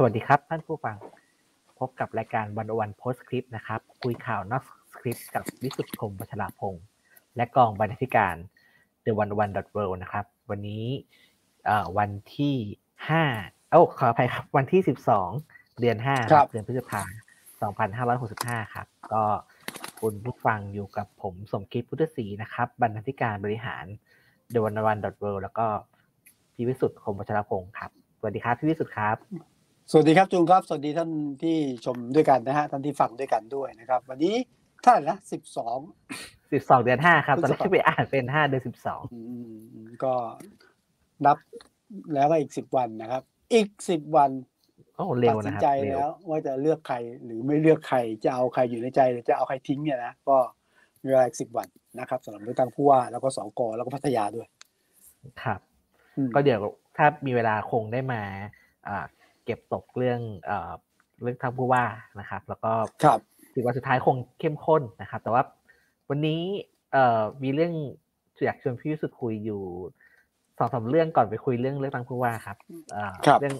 วัสดีครับท่านผู้ฟังพบกับรายการวันโพสต์คลิปนะครับคุยข่าวนอกสคริปต์กับวิสุทธิ์คมวัชรพงศ์และกองบรรณาธิการ The 101.world นะครับวันนี้วันที่5ขออภัยครับวันที่12เดือน5ครับเดือนพฤษภาคม2565ครับก็คุณผู้ฟังอยู่กับผมสมคิดพุทธศรีนะครับบรรณาธิการบริหาร The 101.world แล้วก็พี่วิสุทธิ์คมวัชรพงศ์ครับสวัสดีครับพี่วิสุทธิ์ครับสวัสดีครับจูนครับสวัสดีท่านที่ชมด้วยกันนะฮะท่านที่ฟังด้วยกันด้วยนะครับวันนี้เท่าไหร่นะ 12เดือน5ครับตอนแรกไปอ่านเป็น5เดือน12 ก็นับแล้วก็อีก10วันนะครับอีก10วันตัดสินใจแล้วว่าจะเลือกใครหรือไม่เลือกใครจะเอาใครอยู่ในใจหรือจะเอาใครทิ้งเนี่ยนะก็มีเวลาอีก10วันนะครับสำหรับเลือกตั้งผู้ว่าแล้วก็สกแล้วก็พัทยาด้วยครับก็เดี๋ยวถ้ามีเวลาคงได้มาเก็บตกเรื่องทางผู้ว่านะครับแล้วก็ถึงวันสุดท้ายคงเข้มข้นนะครับแต่ว่าวันนี้มีเรื่องอยากชวนพี่วิสุทธิ์คุยอยู่2-3เรื่องก่อนไปคุยเรื่องทางผู้ว่าครับเรื่อง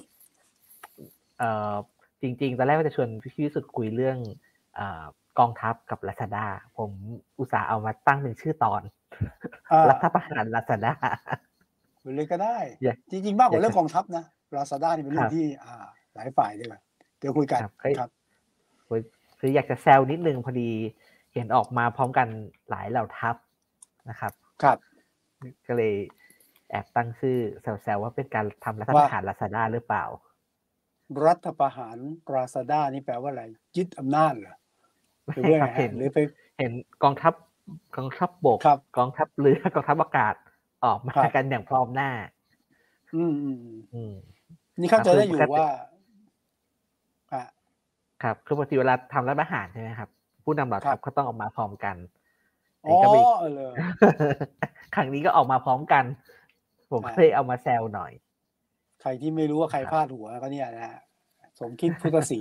จริงๆตอนแรกว่าจะชวนพี่วิสุทธิ์คุยเรื่องกองทัพกับ Lazada ผมอุตส่าห์เอามาตั้งเป็นชื่อตอนรัฐประหาร Lazada เลยก็ได้จริงๆมากกว่าเรื่องกองทัพนะ Lazada นี่เป็นเรื่องที่หลายฝ่ายด้วยเดี๋ยวคุยกันครับคืออยากจะแซวนิดนึงพอดีเห็นออกมาพร้อมกันหลายเหล่าทัพนะครับก็เลยแอบตั้งชื่อแซวๆว่าเป็นการทำรัฐประหาร Lazada หรือเปล่ารัฐประหาร Lazada นี่แปลว่าอะไรยึดอำนาจเหรอหรือว่าหรือไปเห็นกองทัพบกกองทัพเรือกองทัพอากาศออกมากันอย่างพร้อมหน้านี่เข้าใจได้อยู่ว่าครับคือปกติเวลาทำรัฐประหารใช่ไหมครับผู้นำเหล่าทัพเขาต้องออกมาพร้อมกันครั้งนี้ก็ออกมาพร้อมกันผมก็เลยเอามาแซวหน่อยใครที่ไม่รู้ว่าใครพลาดหัวก็เนี่ยนะสมคิดพุทธศรี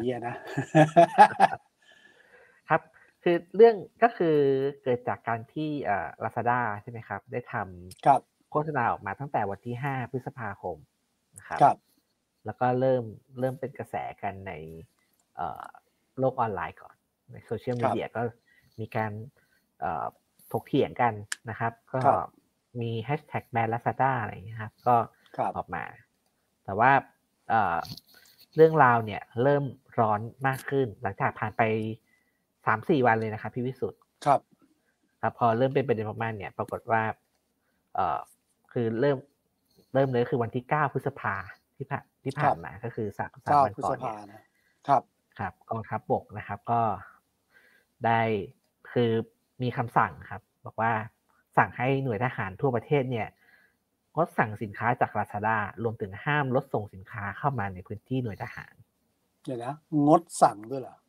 นะครับคือเรื่องก็คือเกิดจากการที่Lazada ใช่ไหมครับได้ทำโฆษณาออกมาตั้งแต่วันที่5พฤษภาคมนะครับแล้วก็เริ่มเป็นกระแสกันในโลกออนไลน์ก่อนในโซเชียลมีเดียก็มีการถกเถียงกันนะครับก็มีแฮชแท็กแบน Lazada อะไรอย่างนี้ครับก็ออกมาแต่ว่าเรื่องราวเนี่ยเริ่มร้อนมากขึ้นหลังจากผ่านไป 3-4 วันเลยนะครับพี่วิสุทธิ์ครับพอเริ่มเป็นประเด็นมากๆเนี่ยปรากฏว่าคือเริ่มเลยคือวันที่9พฤษภาที่ผ่านมาก็คือ3วันก่อนเนี่ยครับกองทัพบกนะครับก็ได้คือมีคำสั่งครับบอกว่าสั่งให้หน่วยทหารทั่วประเทศเนี่ยงดสั่งสินค้าจาก Lazada รวมถึงห้ามรถส่งสินค้าเข้ามาในพื้นที่หน่วยทหารเดี๋ยวนะงดสั่งด้วยเหรอ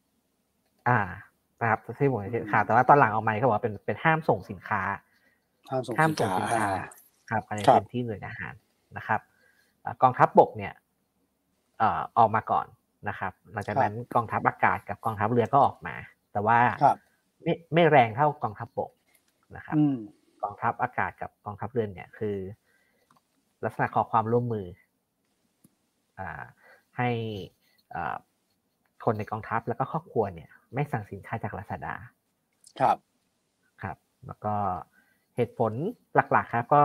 นะครับที่ผมเห็นข่าวแต่ว่าตอนหลังออกมาเขาบอกว่าเป็นห้ามส่งสินค้าห้ามส่งสินค้าครับในพื้นที่หน่วยทหารนะครับกองทัพบกเนี่ยออกมาก่อนนะครับหลังจากนั้นกองทัพอากาศกับกองทัพเรือก็ออกมาแต่ว่าไม่แรงเท่ากองทัพบกนะครับกองทัพอากาศกับกองทัพเรือเนี่ยคือลักษณะขอความร่วมมือให้คนในกองทัพแล้วก็ครอบครัวเนี่ยไม่สั่งสินค้าจาก Lazada ครับแล้วก็เหตุผลหลักๆครับ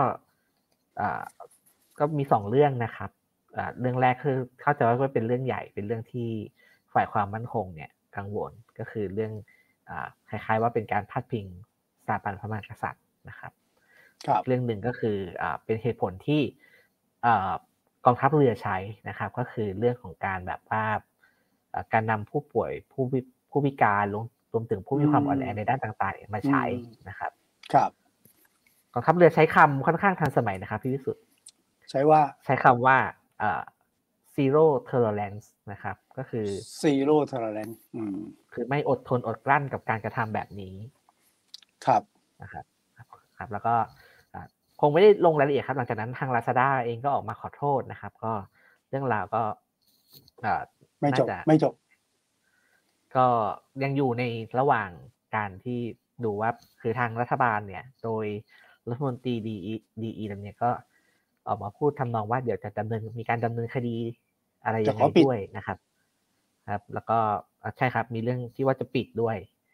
ก็มี2เรื่องนะครับเรื่องแรกคือเข้าใจว่าเป็นเรื่องใหญ่เป็นเรื่องที่ฝ่ายความมั่นคงเนี่ยกังวลก็คือเรื่องคล้ายๆว่าเป็นการพาดพิงสถาบันพระมหากษัตริย์นะครับเรื่องหนึ่งก็คือเป็นเหตุผลที่กองทัพเรือใช้นะครับก็คือเรื่องของการแบบว่าการนำผู้ป่วยผู้พิการรวมถึงผู้มีความอ่อนแอในด้านต่างๆมาใช้นะครับกองทัพเรือใช้คำค่อนข้างทันสมัยนะครับพี่วิสุทธิ์ใช้คำว่าzero tolerance นะครับก็คือ zero tolerance คือไม่อดทนอดกลั้นกับการกระทำแบบนี้นะครับแล้วก็คงไม่ได้ลงรายละเอียดครับหลังจากนั้นทาง Lazada เองก็ออกมาขอโทษนะครับก็เรื่องราวก็ไม่จบก็ยังอยู่ในระหว่างการที่ดูว่าคือทางรัฐบาลเนี่ยโดยรัฐมนตรีดีเนี่ยก็ออกมาพูดทำนองว่าเดี๋ยวจะมีการดำเนินคดีอะไรยังไงด้วยนะครับครับแล้วก็ใช่ครับมีเรื่องที่ว่าจะปิดด้วย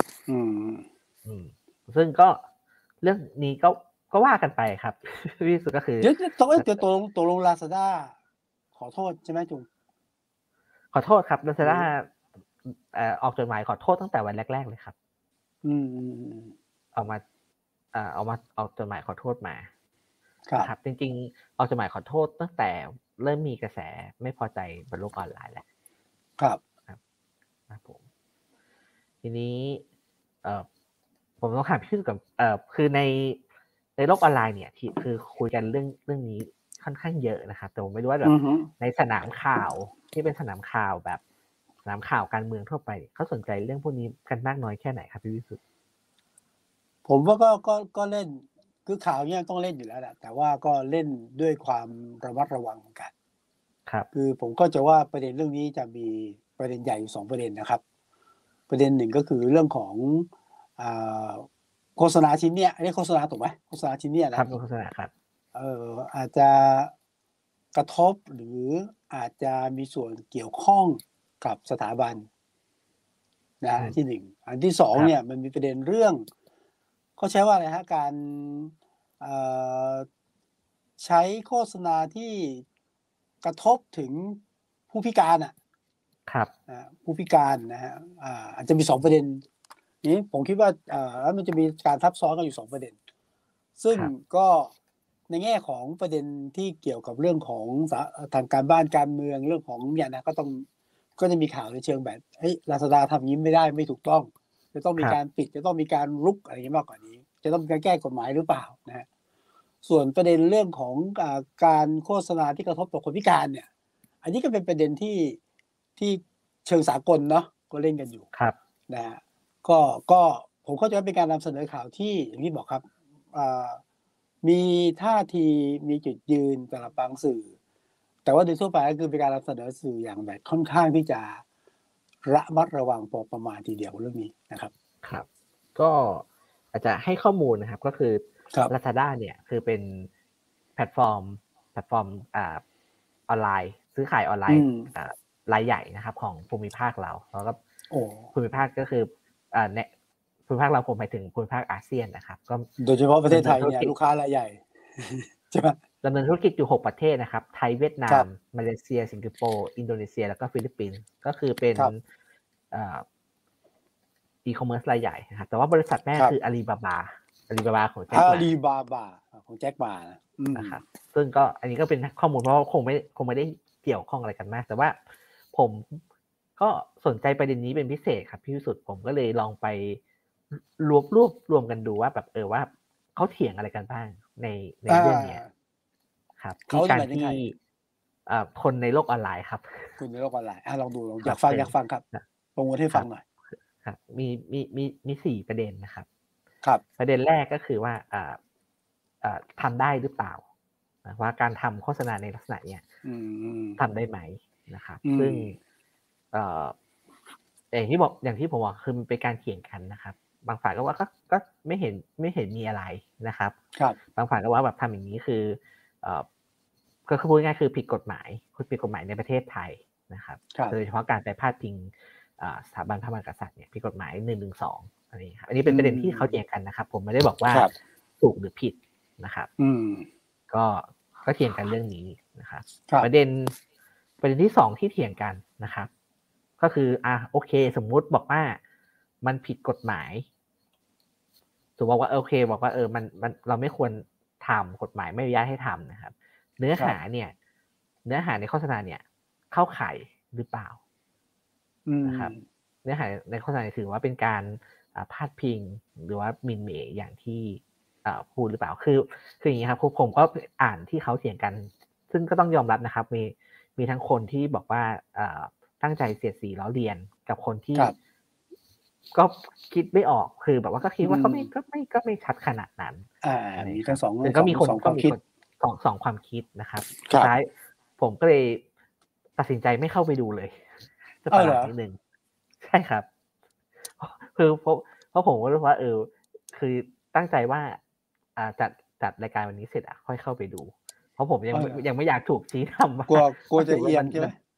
ซึ่งก็เรื่องนี้ก็ว่ากันไปครับที่สุดก็คือเดี๋ยวตกลง Lazada ขอโทษใช่ไหมจุงขอโทษครับ Lazada ออกจดหมายขอโทษตั้งแต่วันแรกๆเลยครับออกจดหมายขอโทษมาครับจริงๆออกจดหมายขอโทษตั้งแต่เริ่มมีกระแสไม่พอใจบนโลกออนไลน์แล้วครับผมทีนี้ผมต้องถามพี่กับคือในโลกออนไลน์เนี่ยคือคุยกันเรื่องนี้ค่อนข้างเยอะนะครับแต่ผมไม่รู้ว่าแบบในสนามข่าวที่เป็นสนามข่าวแบบสนามข่าวการเมืองทั่วไปเขาสนใจเรื่องพวกนี้กันมากน้อยแค่ไหนครับพี่วิสุทธิ์ผมว่าก็เล่นคือข่าวเนี่ยต้องเล่นอยู่แล้วแหละแต่ว่าก็เล่นด้วยความระมัดระวังกันครับคือผมก็จะว่าประเด็นเรื่องนี้จะมีประเด็นใหญ่อยู่2ประเด็นนะครับประเด็นหนึ่งก็คือเรื่องของโฆษณาชิ้นเนี้ยอันนี้โฆษณาถูกไหมโฆษณาชิ้นเนี้ยนะครับโฆษณาครับอาจจะกระทบหรืออาจจะมีส่วนเกี่ยวข้องกับสถาบันนะที่หนึ่งอันที่สองเนี่ยมันมีประเด็นเรื่องเขาใช้ว่าอะไรฮะการใช้โฆษณาที่กระทบถึงผู้พิการครับผู้พิการนะฮะอาจจะมี2ประเด็นนี้ผมคิดว่าแล้วมันจะมีการทับซ้อนกันอยู่2ประเด็นซึ่งก็ในแง่ของประเด็นที่เกี่ยวกับเรื่องของทางการบ้านการเมืองเรื่องของเนี่ยนะก็จะมีข่าวในเชิงแบบเฮ้ย Lazada ทำอย่างนี้ไม่ได้ไม่ถูกต้องจะต้องมีการปิดจะต้องมีการรุกอะไรอย่างนี้มากกว่านี้จะต้องมีการแก้กฎหมายหรือเปล่านะฮะส่วนประเด็นเรื่องของการโฆษณาที่กระทบต่อคนพิการเนี่ยอันนี้ก็เป็นประเด็นที่เชิงสากลเนาะก็เล่นกันอยู่นะฮะก็ผมเข้าใจว่าเป็นการนำเสนอข่าวที่อย่างที่บอกครับมีท่าทีมีจุดยืนสำหรับบางสื่อแต่ว่าโดยทั่วไปก็คือเป็นการนำเสนอสื่ออย่างแบบค่อนข้างที่จะระมัดระวังพอประมาณทีเดียวเรื่องนี้นะครับครับก็อาจจะให้ข้อมูลนะครับก็คือ Lazada เนี่ยคือเป็นแพลตฟอร์มออนไลน์ซื้อขายออนไลน์รายใหญ่นะครับของภูมิภาคเราแล้วก็ภูมิภาคก็คือในภูมิภาคเราผมหมายถึงภูมิภาคอาเซียนนะครับก็โดยเฉพาะประเทศไทยเนี่ยลูกค้ารายใหญ่ใช่ไหมดำเนินธุรกิจอยู่6ประเทศนะครับไทยเวียดนามมาเลเซียสิงคโปร์อินโดนีเซียแล้วก็ฟิลิปปินส์ก็คือเป็นอีคอมเมิร์ซรายใหญ่นะครับแต่ว่าบริษัทแม่คืออาลีบาบาของแจ็คหมาอาลีบาบาของแจ็คหมานะครับซึ่งก็อันนี้ก็เป็นข้อมูลเพราะว่าคงไม่ได้เกี่ยวข้องอะไรกันมากแต่ว่าผมก็สนใจประเด็นนี้เป็นพิเศษครับพี่วิสุทธิ์ผมก็เลยลองไปรวมกันดูว่าแบบว่าเขาเถียงอะไรกันบ้างในเรื่องนี้ครับที่การที่คนในโลกออนไลน์ครับคนในโลกออนไลน์ลองดูอยากฟังครับโปรโมทให้ฟังหน่อยครับมี4ประเด็นนะครับครับประเด็นแรกก็คือว่าทำได้หรือเปล่าว่าการทำโฆษณาในลักษณะเนี้ยทำได้ไหมนะครับซึ่งอย่างที่ผมบอกคือมันเป็นการเถียงกันนะครับบางฝ่ายก็ว่าก็ไม่เห็นมีอะไรนะครับบางฝ่ายก็ว่าแบบทำอย่างนี้คือก็คือพูดง่ายคือผิดกฎหมายในประเทศไทยนะครับโดยเฉพาะการไปพาดพิงสถาบันพระมหากษัตริย์เนี่ยผิดกฎหมาย112อะไรครับอันนี้เป็นประเด็นที่เขาเถียงกันนะครับผมไม่ได้บอกว่าถูกหรือผิดนะครับก็เถียงกันเรื่องนี้นะครับประเด็นที่2ที่เถียงกันนะครับก็คือโอเคสมมุติบอกว่ามันผิดกฎหมายสมมติว่าโอเคบอกว่ามันเราไม่ควรทำกฎหมายไม่อนุญาตให้ทำนะครับเนื้อหาในโฆษณาเนี่ยเข้าข่ายหรือเปล่านะครับเนื้อหาในโฆษณาถือว่าเป็นการพาดพิงหรือว่าหมิ่นเหม่อย่างที่พูดหรือเปล่าคืออย่างนี้ครับผมก็อ่านที่เขาเถียงกันซึ่งก็ต้องยอมรับนะครับมีทั้งคนที่บอกว่าตั้งใจเสียดสีล้อเลียนกับคนที่ก็คิดไม่ออกคือแบบว่าก็คิดว่าก็ไม่ชัดขนาดนั้นมีทั้งสองก็มีคนสองความคิดนะครับสุดท้ายผมก็เลยตัดสินใจไม่เข้าไปดูเลยจะประหลาดนิดนึงใช่ครับคือเพราะผมก็รู้ว่าคือตั้งใจว่าจัดรายการวันนี้เสร็จค่อยเข้าไปดูเพราะผมยังไม่อยากถูกชี้นำกลัวจะเอียงใช่ไหม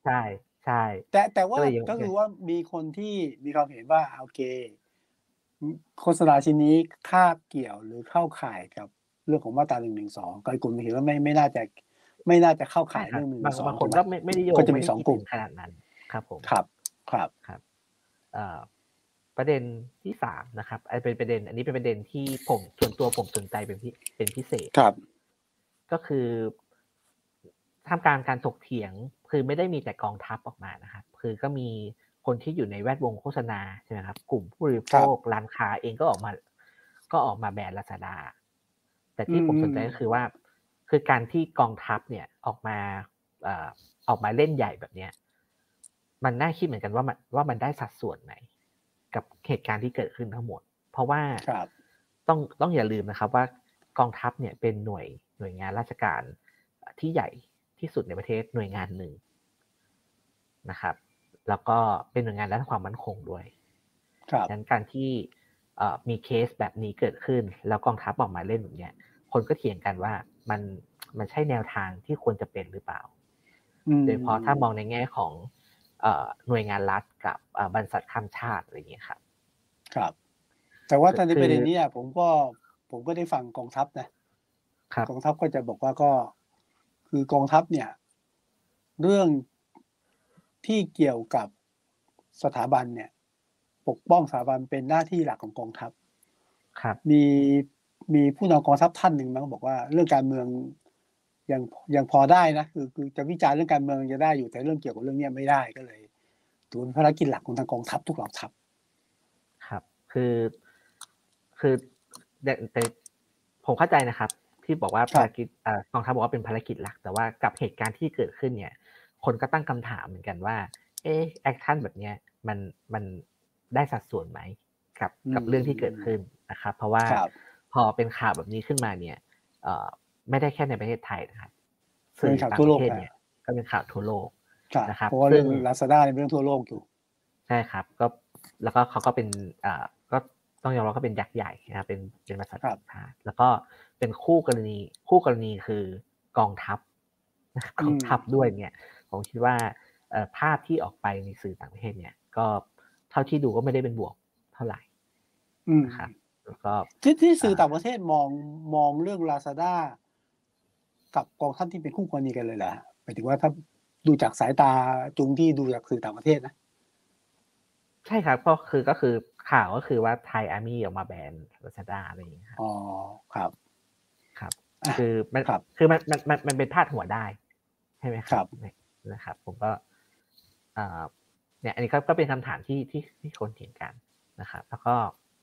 ใช่ใช่แต่ว่าก็เลยยังก็คือว่ามีคนที่มีความเห็นว่าโอเคโฆษณาชิ้นนี้คาบเกี่ยวหรือเข้าข่ายกับเรื่องของมาตรา112ก็อีกกลุ่มเห็นว่าไม่น่าจะเข้าใช่ข่ายเรื่องครับบาง 112ถูกไหมคนก็ไม่ได้โยก็จะงไม่มีสองกลุ่มได้คิดถึงขนาดนั้นครับผมครับครับครับเอ่อประเด็นที่3นะครับเป็นประเด็นอันนี้เป็นประเด็นที่ผมส่วนตัวผมสนใจเป็นพิเศษครับก็คือท่ามกลางการถกเถียงคือไม่ได้มีแต่กองทัพออกมานะครับคือก็มีคนที่อยู่ในแวดวงโฆษณาใช่ไหมครับกลุ่มผู้บริโภครับคร้านค้าเองก็ออกมาแบน Lazada แต่อืที่ผมสนใจก็มคือว่าคือการที่กองทัพเนี่ยออกมาเอ่อออกมาเล่นใหญ่แบบเนี้ยมันน่าคิดเหมือนกันว่ามันได้สัดส่วนไหมกับเหตุการณ์ที่เกิดขึ้นทั้งหมดเพราะว่าครับต้องอย่าลืมนะครับว่ากองทัพเนี่ยเป็นหน่วยงานราชการที่ใหญ่ที่สุดในประเทศหน่วยงานหนึ่งนะครับแล้วก็เป็นหน่วยงานด้านความมั่นคงด้วยครับดังนั้นการที่มีเคสแบบนี้เกิดขึ้นแล้วกองทัพออกมาเล่นแบบนี้คนก็เถียงกันว่ามันมันใช่แนวทางที่ควรจะเป็นหรือเปล่าโดยเฉพาะถ้ามองในแง่ของหน่วยงานรัฐกับบริษัทข้ามชาติอะไรอย่างเงี้ยครับครับแต่ว่าตอนในคือประเด็นนี้ผมก็ได้ฟังกองทัพนะครับกองทัพก็จะบอกว่าก็คือกองทัพเนี่ยเรื่องที่เกี่ยวกับสถาบันเนี่ยปกป้องสถาบันเป็นหน้าที่หลักของกองทัพครับมีมีผู้นำกองทัพท่านหนึ่งมั้งบอกว่าเรื่องการเมืองยังยังพอได้นะคือจะวิจารณ์เรื่องการเมืองจะได้อยู่แต่เรื่องเกี่ยวกับเรื่องเนี้ยไม่ได้ก็เลยถือเป็นภารกิจหลักของทางกองทัพทุกเหล่าทัพครับคือแต่ผมเข้าใจนะครับที่บอกว่าครับภารกิจกองทัพบอกว่าเป็นภารกิจหลักแต่ว่ากับเหตุการณ์ที่เกิดขึ้นเนี่ยคนก็ตั้งคำถามเหมือนกันว่าแอคชั่นแบบเนี้ยมันได้สัดส่วนไหมกับเรื่องที่เกิดขึ้นนะครับเพราะว่าครับพอเป็นข่าวแบบนี้ขึ้นมาเนี่ยไม่ได้แค่ในประเทศไทยนะครับสื่อเป็นข่าวต่างทั่วโลกนะประเทศเนี่ยก็เป็นข่าวทั่วโลกครับนะครับซึ่งเพราะว่าเรื่อง Lazada เนี่ยเป็นเรื่องทั่วโลกอยู่ใช่ครับก็แล้วก็เขาก็เป็นก็ต้องยอมรับเขาเป็นยักษ์ใหญ่นะครับเป็นบริษัทครับต่างชาติแล้วก็เป็นคู่กรณีคือกองทัพกองทัพด้วยเนี่ยผมคิดว่าภาพที่ออกไปในสื่อต่างประเทศเนี่ยก็เท่าที่ดูก็ไม่ได้เป็นบวกเท่าไหร่นะครับแล้วก็ที่สื่อต่างประเทศมองเรื่อง Lazada กับกองทัพที่เป็นคู่กรณีกันเลยแหละหมายถึงว่าถ้าดูจากสายตาจุงที่ดูจากสื่อต่างประเทศนะใช่ครับก็คือข่าวก็คือว่าไทยอาร์มี่ออกมาแบน Lazada อะไรอย่างเงี้ยครับอ๋อครับครับอ่ะคือมันครับคือมันเป็นพาดหัวได้ใช่ไหมครับครับนะครับผมก็เนี่ยอันนี้ก็เป็นคำถามที่คนเห็นกันนะครับแล้วก็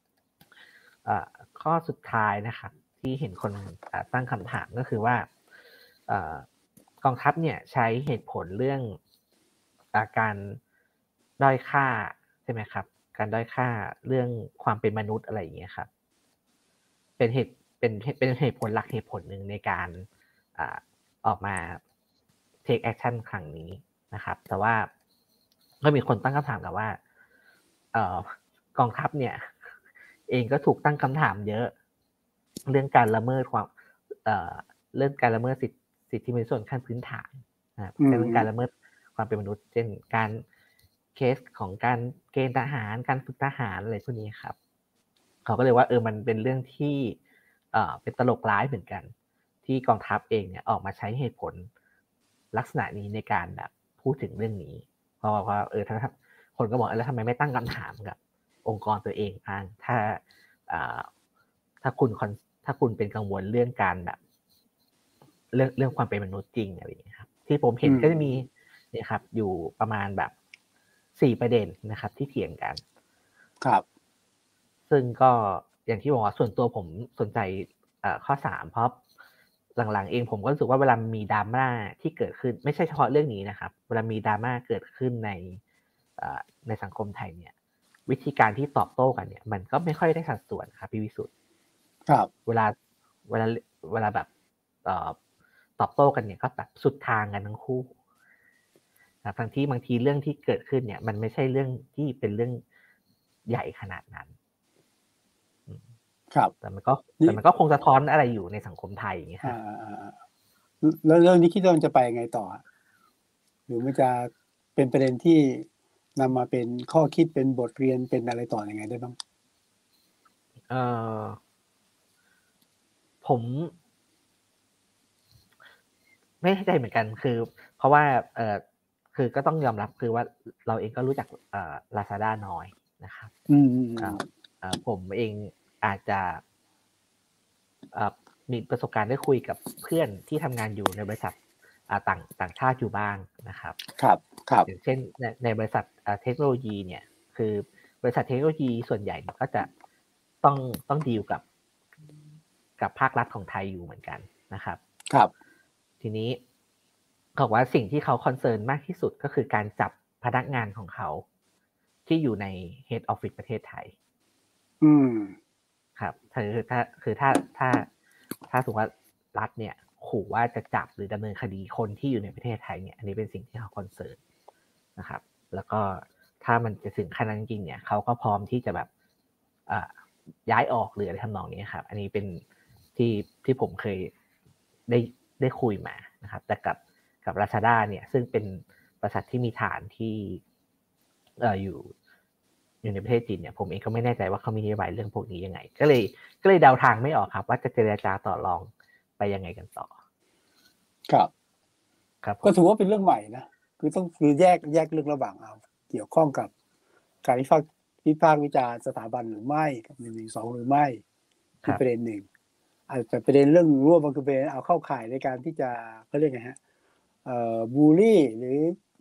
ข้อสุดท้ายนะครับที่เห็นคนตั้งคำถามก็คือว่ากองทัพเนี่ยใช้เหตุผลเรื่องการด้อยค่าใช่ไหมครับการด้อยค่าเรื่องความเป็นมนุษย์อะไรอย่างเงี้ยครับเป็นเหตุผลหลักเหตุผลหนึ่งในการออกมา take action ครั้งนี้นะครับแต่ว่าก็มีคนตั้งคำถามกับว่ากองทัพเนี่ยเองก็ถูกตั้งคำถามเยอะเรื่องการละเมิดความเรื่องการละเมิดสิทธิมนุษยชนขั้นพื้นฐานนะครับเรื่องการละเมิดความเป็นมนุษย์เช่นการเคสของการเกณฑ์ทหารการฝึกทหารอะไรพวกนี้ครับเขาก็เลยว่ามันเป็นเรื่องที่เป็นตลกร้ายเหมือนกันที่กองทัพเองเนี่ยออกมาใช้เหตุผลลักษณะนี้ในการแบบพูดถึงเรื่องนี้เพราะว่าถ้าคนก็บอกแล้วทำไมไม่ตั้งคำถามกับองค์กรตัวเองบ้างถ้าคุณเป็นกังวลเรื่องการแบบเรื่องความเป็นมนุษย์จริงอะไรอย่างเงี้ยครับที่ผมเห็นก็จะมีเนี่ยครับอยู่ประมาณแบบ4ประเด็นนะครับที่เถียงกันครับซึ่งก็อย่างที่บอกว่าส่วนตัวผมสนใจข้อ3เพราะหลังๆเองผมก็รู้สึกว่าเวลามีดราม่าที่เกิดขึ้นไม่ใช่เฉพาะเรื่องนี้นะครับเวลามีดราม่าเกิดขึ้นในสังคมไทยเนี่ยวิธีการที่ตอบโต้กันเนี่ยมันก็ไม่ค่อยได้สัดส่วนครับพี่วิสุทธ์ครับเวลาเวลาแบบตอบโต้กันเนี่ยก็แบบสุดทางกันทั้งคู่ทั้งที่บางทีเรื่องที่เกิดขึ้นเนี่ยมันไม่ใช่เรื่องที่เป็นเรื่องใหญ่ขนาดนั้นครับแต่มันก็คงสะท้อนอะไรอยู่ในสังคมไทยอย่างเงี้ยครับแล้วเรื่องนี้คิดว่ามันจะไปยังไงต่อหรือมันจะเป็นประเด็นที่นำมาเป็นข้อคิดเป็นบทเรียนเป็นอะไรต่อยังไงได้บ้างเอ่อผมไม่แน่ใจเหมือนกันคือเพราะว่าคือก็ต้องยอมรับคือว่าเราเองก็รู้จักLazada น้อยนะครับอืผมเองอาจจะมีประสบการณ์ได้คุยกับเพื่อนที่ทำงานอยู่ในบริษัทต่างชาติอยู่บ้างนะครับครับครับอย่างเช่นในบริษัทเทคโนโลยีเนี่ยคือบริษัทเทคโนโลยีส่วนใหญ่ก็จะต้องต้องดีลกับภาครัฐของไทยอยู่เหมือนกันนะครับครับทีนี้เขาบอกว่าสิ่งที่เขาคอนเซิร์นมากที่สุดก็คือการจับพนักงานของเขาที่อยู่ใน Head Office ประเทศไทยอืมครับถ้าสมมติว่ารัฐเนี่ยขู่ว่าจะจับหรือดำเนินคดีคนที่อยู่ในประเทศไทยเนี่ยอันนี้เป็นสิ่งที่เขาคอนเซิร์นนะครับแล้วก็ถ้ามันจะถึงขั้นนั้นจริงเนี่ยเขาก็พร้อมที่จะแบบย้ายออกหรืออะไรทำนองนี้ครับอันนี้เป็นที่ผมเคยได้คุยมานะครับแต่กับ Lazada เนี่ยซึ่งเป็นบริษัทที่มีฐานที่อยู่ในประเทศจีนเนี่ยผมเองก็ไม่แน่ใจว่าเขามีนโยบายเรื่องพวกนี้ยังไงก็เลยเดาทางไม่ออกครับว่าจะเจรจาต่อรองไปยังไงกันต่อครับครับก็ถือว่าเป็นเรื่องใหม่นะคือแยกเรื่องระหว่างเอาเกี่ยวข้องกับการวิพากษ์วิจารณ์สถาบันหรือไม่กับ112หรือไม่ที่ประเด็นหนึ่งอาจจะประเด็นเรื่องร่วมมันคือประเด็นเอาเข้าข่ายในการที่จะเขาเรียกไงฮะบูลลี่หรือ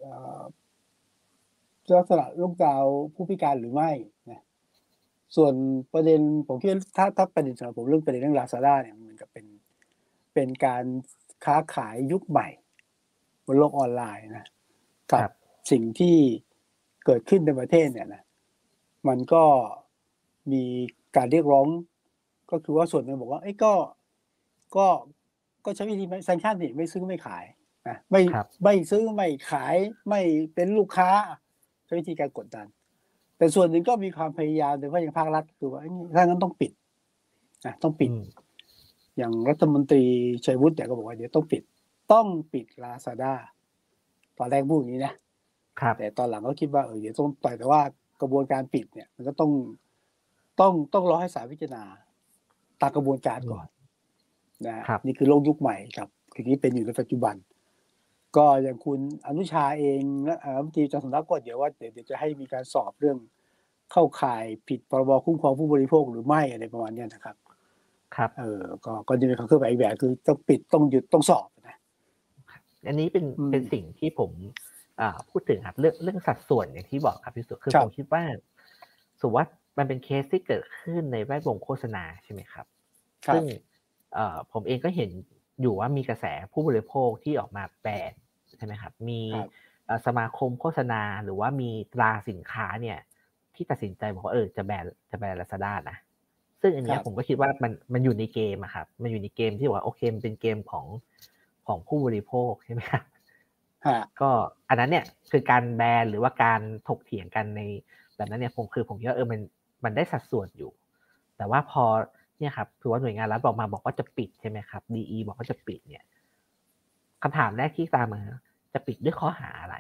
ลักษณะลูกดาวผู้พิการหรือไม่นะส่วนประเด็นผมคิดถ้าประเด็นสำหรับผมเรื่องประเด็นเรื่อง Lazada เนี่ยมันก็เป็นการค้าขายยุคใหม่บนโลกออนไลน์นะกับสิ่งที่เกิดขึ้นในประเทศเนี่ยนะมันก็มีการเรียกร้องก็คือว่าส่วนหนึ่งบอกว่าเอ้ยก็ใช้วิธีแซงชั่นนี่ไม่ซื้อไม่ขายนะไม่ซื้อไม่ขายไม่เป็นลูกค้าใช้วิธีการกดดันแต่ส่วนหนึ่งก็มีความพยายามโดยเฉพาะอย่างภาครัฐคือว่าถ้างั้นต้องปิดนะต้องปิดอย่างรัฐมนตรีชัยวุฒิเนี่ยก็บอกว่าเดี๋ยวต้องปิด Lazada ตอนแรกพูดอย่างนี้นะแต่ตอนหลังก็คิดว่าเดี๋ยวต้องปล่อยแต่ว่ากระบวนการปิดเนี่ยมันก็ต้องรอให้ศาลพิจารณาตามกระบวนการก่อนนะนี่คือโลกยุคใหม่ครับคือที่เป็นอยู่ในปัจจุบันก็อย่างคุณอนุชาเองและรัฐมนตรีจังสำนักก็เดี๋ยวจะให้มีการสอบเรื่องเข้าข่ายผิดพรบคุ้มครองผู้บริโภคหรือไม่อะไรประมาณนี้นะครับก็จะมีความเคลื่อนไหวอีกแบบคือต้องปิดต้องหยุดต้องสอบนะอันนี้เป็นสิ่งที่ผมพูดถึงครับเรื่องสัดส่วนอย่างที่บอกครับพี่สุคือผมคิดว่าสมมติว่ามันเป็นเคสที่เกิดขึ้นในแวดวงโฆษณาใช่ไหมครับซึ่งผมเองก็เห็นอยู่ว่ามีกระแสผู้บริโภคที่ออกมาแบนใช่ไหมครับมีสมาคมโฆษณาหรือว่ามีตราสินค้าเนี่ยที่ตัดสินใจบอกว่าจะแบน Lazada นะซึ่งอันนี้ผมก็คิดว่ามันอยู่ในเกมอะครับมันอยู่ในเกมที่ว่าโอเคมันเป็นเกมของผู้บริโภคใช่ไหมครับก็อันนั้นเนี่ยคือการแบนหรือว่าการถกเถียงกันในแบบนั้นเนี่ยผมคิดว่ามันได้สัดส่วนอยู่แต่ว่าพอเนี่ยครับคือว่าหน่วยงานรัฐบอกว่าจะปิดใช่ไหมครับ DE บอกว่าจะปิดเนี่ยคำถามแรกที่ตามมาจะปิดด้วยข้อหาอะไร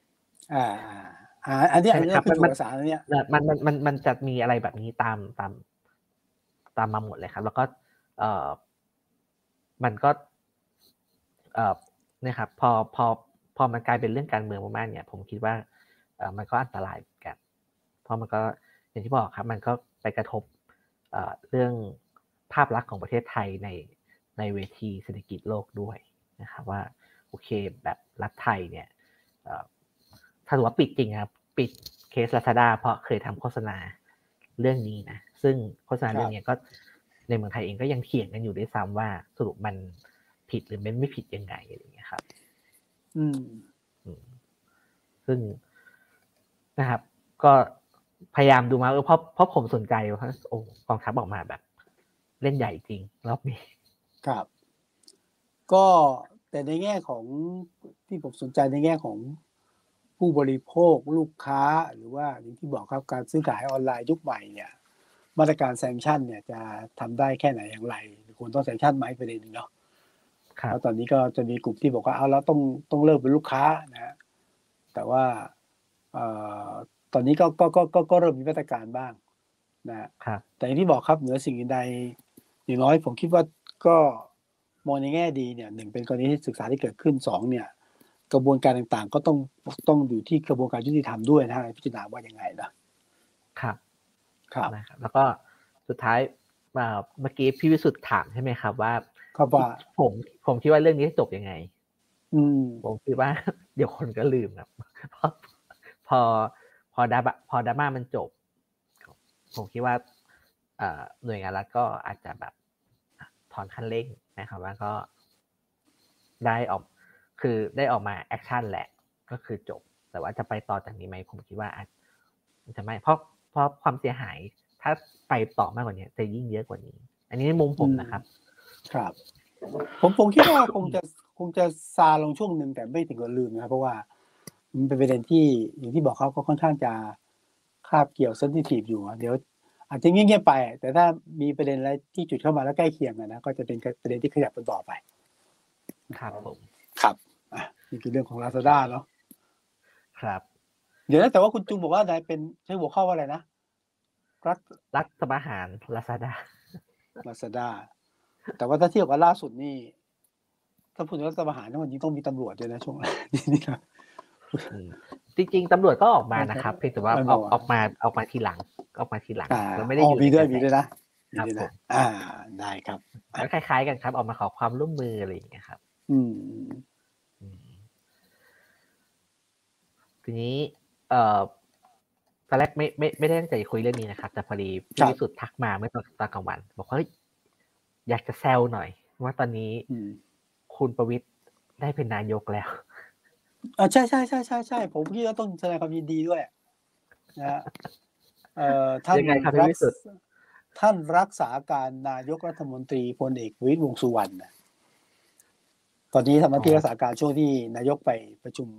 อันนี้คือถูกภาษาเนี่ยมันจะมีอะไรแบบนี้ตามมาหมดเลยครับแล้วก็มันก็นะครับพอมันกลายเป็นเรื่องการเมืองมากๆเนี่ยผมคิดว่ามันก็อันตรายเหมือนกันเพราะมันก็อย่างที่บอกครับมันก็ไปกระทบเรื่องภาพลักษณ์ของประเทศไทยในเวทีเศรษฐกิจโลกด้วยนะครับว่าโอเคแบบรัฐไทยเนี่ยถ้าถือว่าปิดจริงครับปิดเคส Lazada เพราะเคยทำโฆษณาเรื่องนี้นะซึ่งโฆษณาเรื่องนี้ก็ในเมืองไทยเองก็ยังเถียงกันอยู่ด้วยซ้ำว่าสรุปมันผิดหรือไม่ผิดยังไงอะไรอย่างเงี้ยครับซึ่งนะครับก็พยายามดูมาเพราะผมสนใจเพราะกองทัพออกมาแบบเล่นใหญ่จริงรอบนี้ครับก็แต่ในแง่ของที่ผมสนใจในแง่ของผู้บริโภคลูกค้าหรือว่าอย่างที่บอกครับการซื้อขายออนไลน์ยุคใหม่เนี่ยมาตรการแซงชั่นเนี่ยจะทำได้แค่ไหนอย่างไรควรต้องแซงชั่นไหมประเด็นนึงเนาะแล้วตอนนี้ก็จะมีกลุ่มที่บอกว่าเอาแล้วต้องเลิกเป็นลูกค้านะแต่ว่าเอ่อตอนนี้ก็เริ่มมีมาตรการบ้างนะครับ แต่อย่างที่บอกครับเหนือสิ่งอื่นใดอย่างน้อยผมคิดว่าก็มองในแง่ดีเนี่ยหนึ่งเป็นกรณีที่ศึกษาที่เกิดขึ้นสองเนี่ยกระบวนการต่างๆก็ต้องอยู่ที่กระบวนการยุติธรรมด้วยนะฮะพิจารณาว่ายังไงนะครับนะครับแล้วก็สุดท้ายเมื่อกี้พี่วิสุทธ์ถามใช่ไหมครับว่าผมคิดว่าเรื่องนี้จะจบยังไงผมคิดว่าเดี๋ยวคนก็ลืมครับพอดราม่ามันจบผมคิดว่าหน่วยงานรัฐก็อาจจะแบบถอนคันเร่งนะครับแล้วก็ได้ออกมาแอคชั่นแหละก็คือจบแต่ว่าจะไปต่อจากนี้ไหมผมคิดว่าอาจจะไม่เพราะความเสียหายถ้าไปต่อมากกว่านี้จะยิ่งเยอะกว่านี้อันนี้ในมุมผมนะครับครับผมคิดว่าคงจะซาลงช่วงหนึ่งแต่ไม่ถึงกับลืมนะครับเพราะว่ามันเป็นประเด็นที่อย่างที่บอกเขาก็ค่อนข้างจะคาบเกี่ยวเซนซิทีฟอยู่เดี๋ยวอาจจะเงียบๆไปแต่ถ้ามีประเด็นอะไรที่จุดเข้ามาแล้วใกล้เคียงนะก็จะเป็นประเด็นที่ขยับกันต่อไปครับผมครับนี่คือเรื่องของ Lazada เนาะครับเดี๋ยวนะแต่ว่าคุณจุงบอกว่านายเป็นใช้หัวข้อว่าอะไรนะรัฐประหาร Lazada แต่ว่าถ้าเทียบกับล่าสุดนี่ถ้าพูดถึงรัฐประหารนี่มันจริงต้องมีตำรวจด้วยนะช่วงนี้นะจริงๆตำรรวจก็ออกมานะครับเพียงแต่ว่าออกมาทีหลังแล้วไม่ได้อยู่มีด้วยนะครับผมได้ครับแล้วคล้ายๆกันครับออกมาขอความร่วมมืออะไรอย่างเงี้ยครับทีนี้ตอนแรกไม่ได้ตั้งใจคุยเรื่องนี้นะครับแต่พอดีพี่วิสุทธ์ทักมาเมื่อตอนกลางวันบอกว่าอยากจะแซวหน่อยว่าตอนนี้คุณประวิตรได้เป็นนายกแล้วใช่ผมคิดว่าต้องแสดงความยินดีด้วยนะท่านรักษาการนายกรัฐมนตรีพลเอกประวิตรวงษ์สุวรรณตอนนี้ทำหน้าที่รักษาการช่วงที่นายกไปประชุม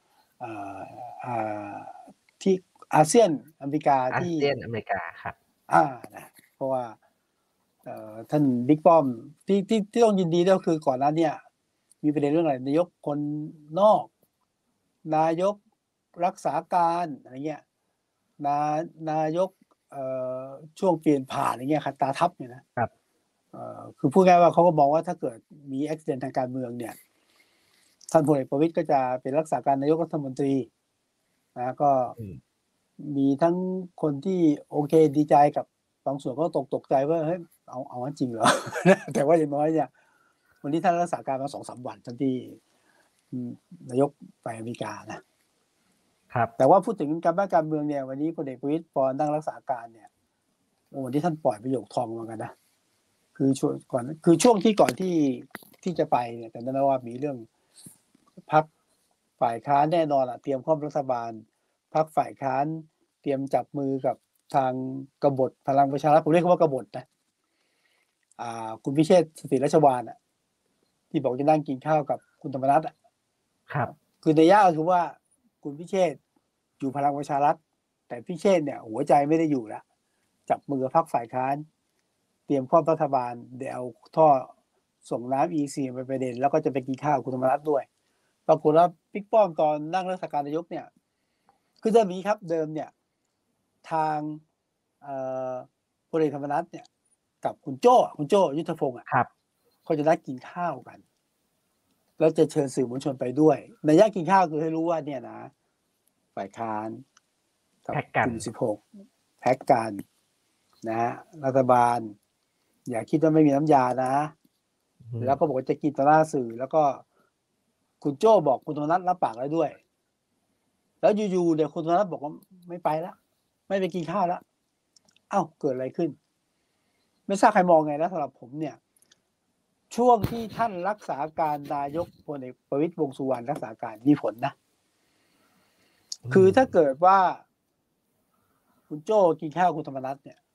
ที่อาเซียนอเมริกาที่อาเซียนอเมริกาครับนะเพราะว่าท่านบิ๊กป้อมที่ต้องยินดีก็คือก่อนหน้านี้มีประเด็นเรื่องอะไรนายกคนนอกนายกรักษาการอะไรเงี้ยนายกช่วงเปลี่ยนผ่านอะไรเงี้ยตาทับเนี่ยนะครับคือพูดง่ายว่าเขาก็มองว่าถ้าเกิดมีอุบัติเหตุทางการเมืองเนี่ยท่านพลเอกประวิตรก็จะเป็นรักษาการนายกรัฐมนตรีนะก็มีทั้งคนที่โอเคดีใจกับบางส่วนก็ตกใจว่าเฮ้ยเอาจริงเหรอ แต่ว่าอย่างน้อยเนี่ยวันนี้ท่านรักษาการมา 2-3 วันท่านที่นายกไปอเมริกานะครับแต่ว่าพูดถึงการเมืองเนี่ยวันนี้พลเอกประวิตรพอนั่งรักษาการเนี่ยวันที่ท่านปล่อยประโยคทองมากันนะคือช่วงที่ก่อนที่จะไปเนี่ยแต่นั้นว่ามีเรื่องพรรคฝ่ายค้านแน่นอนเตรียมคว่ำรัฐบาลพรรคฝ่ายค้านเตรียมจับมือกับทางกบฏพลังประชารัฐผมเรียกว่ากบฏนะคุณพิเชษฐ์สศิรชวาลที่บอกจะนั่งกินข้าวกับคุณธรรมนัสครับคือในย่าคือว่าคุณพิเชษฐ์อยู่พลังประชารัฐแต่พิเชษฐ์เนี่ยหัวใจไม่ได้อยู่แล้วจับมือพรรคฝ่ายค้านเตรียมคว่ำรัฐบาลเดี๋ยวเอาท่อส่งน้ำ EC ไปประเด็นแล้วก็จะไปกินข้าวคุณธรรมนัสด้วยปรากฏว่าบิ๊กป้อมตอนนั่งรักษาการนายกเนี่ยคือเดิมนี้ครับเดิมเนี่ยทางพลเอกธรรมนัสเนี่ยกับคุณโจ้ยุทธพงศ์ครับเขาจะนัดกินข้าวกันแล้วจะเชิญสื่อมวลชนไปด้วยในย่ากินข้าวคือให้รู้ว่าเนี่ยนะฝ่ายค้านกับกลุ่ม16แพ็กกันนะรัฐบาลอย่าคิดว่าไม่มีน้ำยานะแล้วก็บอกว่าจะกินต่อหน้าสื่อแล้วก็คุณโจ้บอกคุณธรรมนัสรับปากแล้วด้วยแล้วอยู่ๆเดี๋ยวคุณธรรมนัสบอกว่าไม่ไปแล้วไม่ไปกินข้าวแล้วเกิดอะไรขึ้นไม่ทราบใครมองไงนะสำหรับผมเนี่ยช่วงที่ท่านรักษาการนายกพลเอกประวิตรวงษ์สุวรรณรักษาการมีผลนะคือถ้าเกิดว่าคุณโจ้กินข้าวคุณธรรมนัสเนี่ย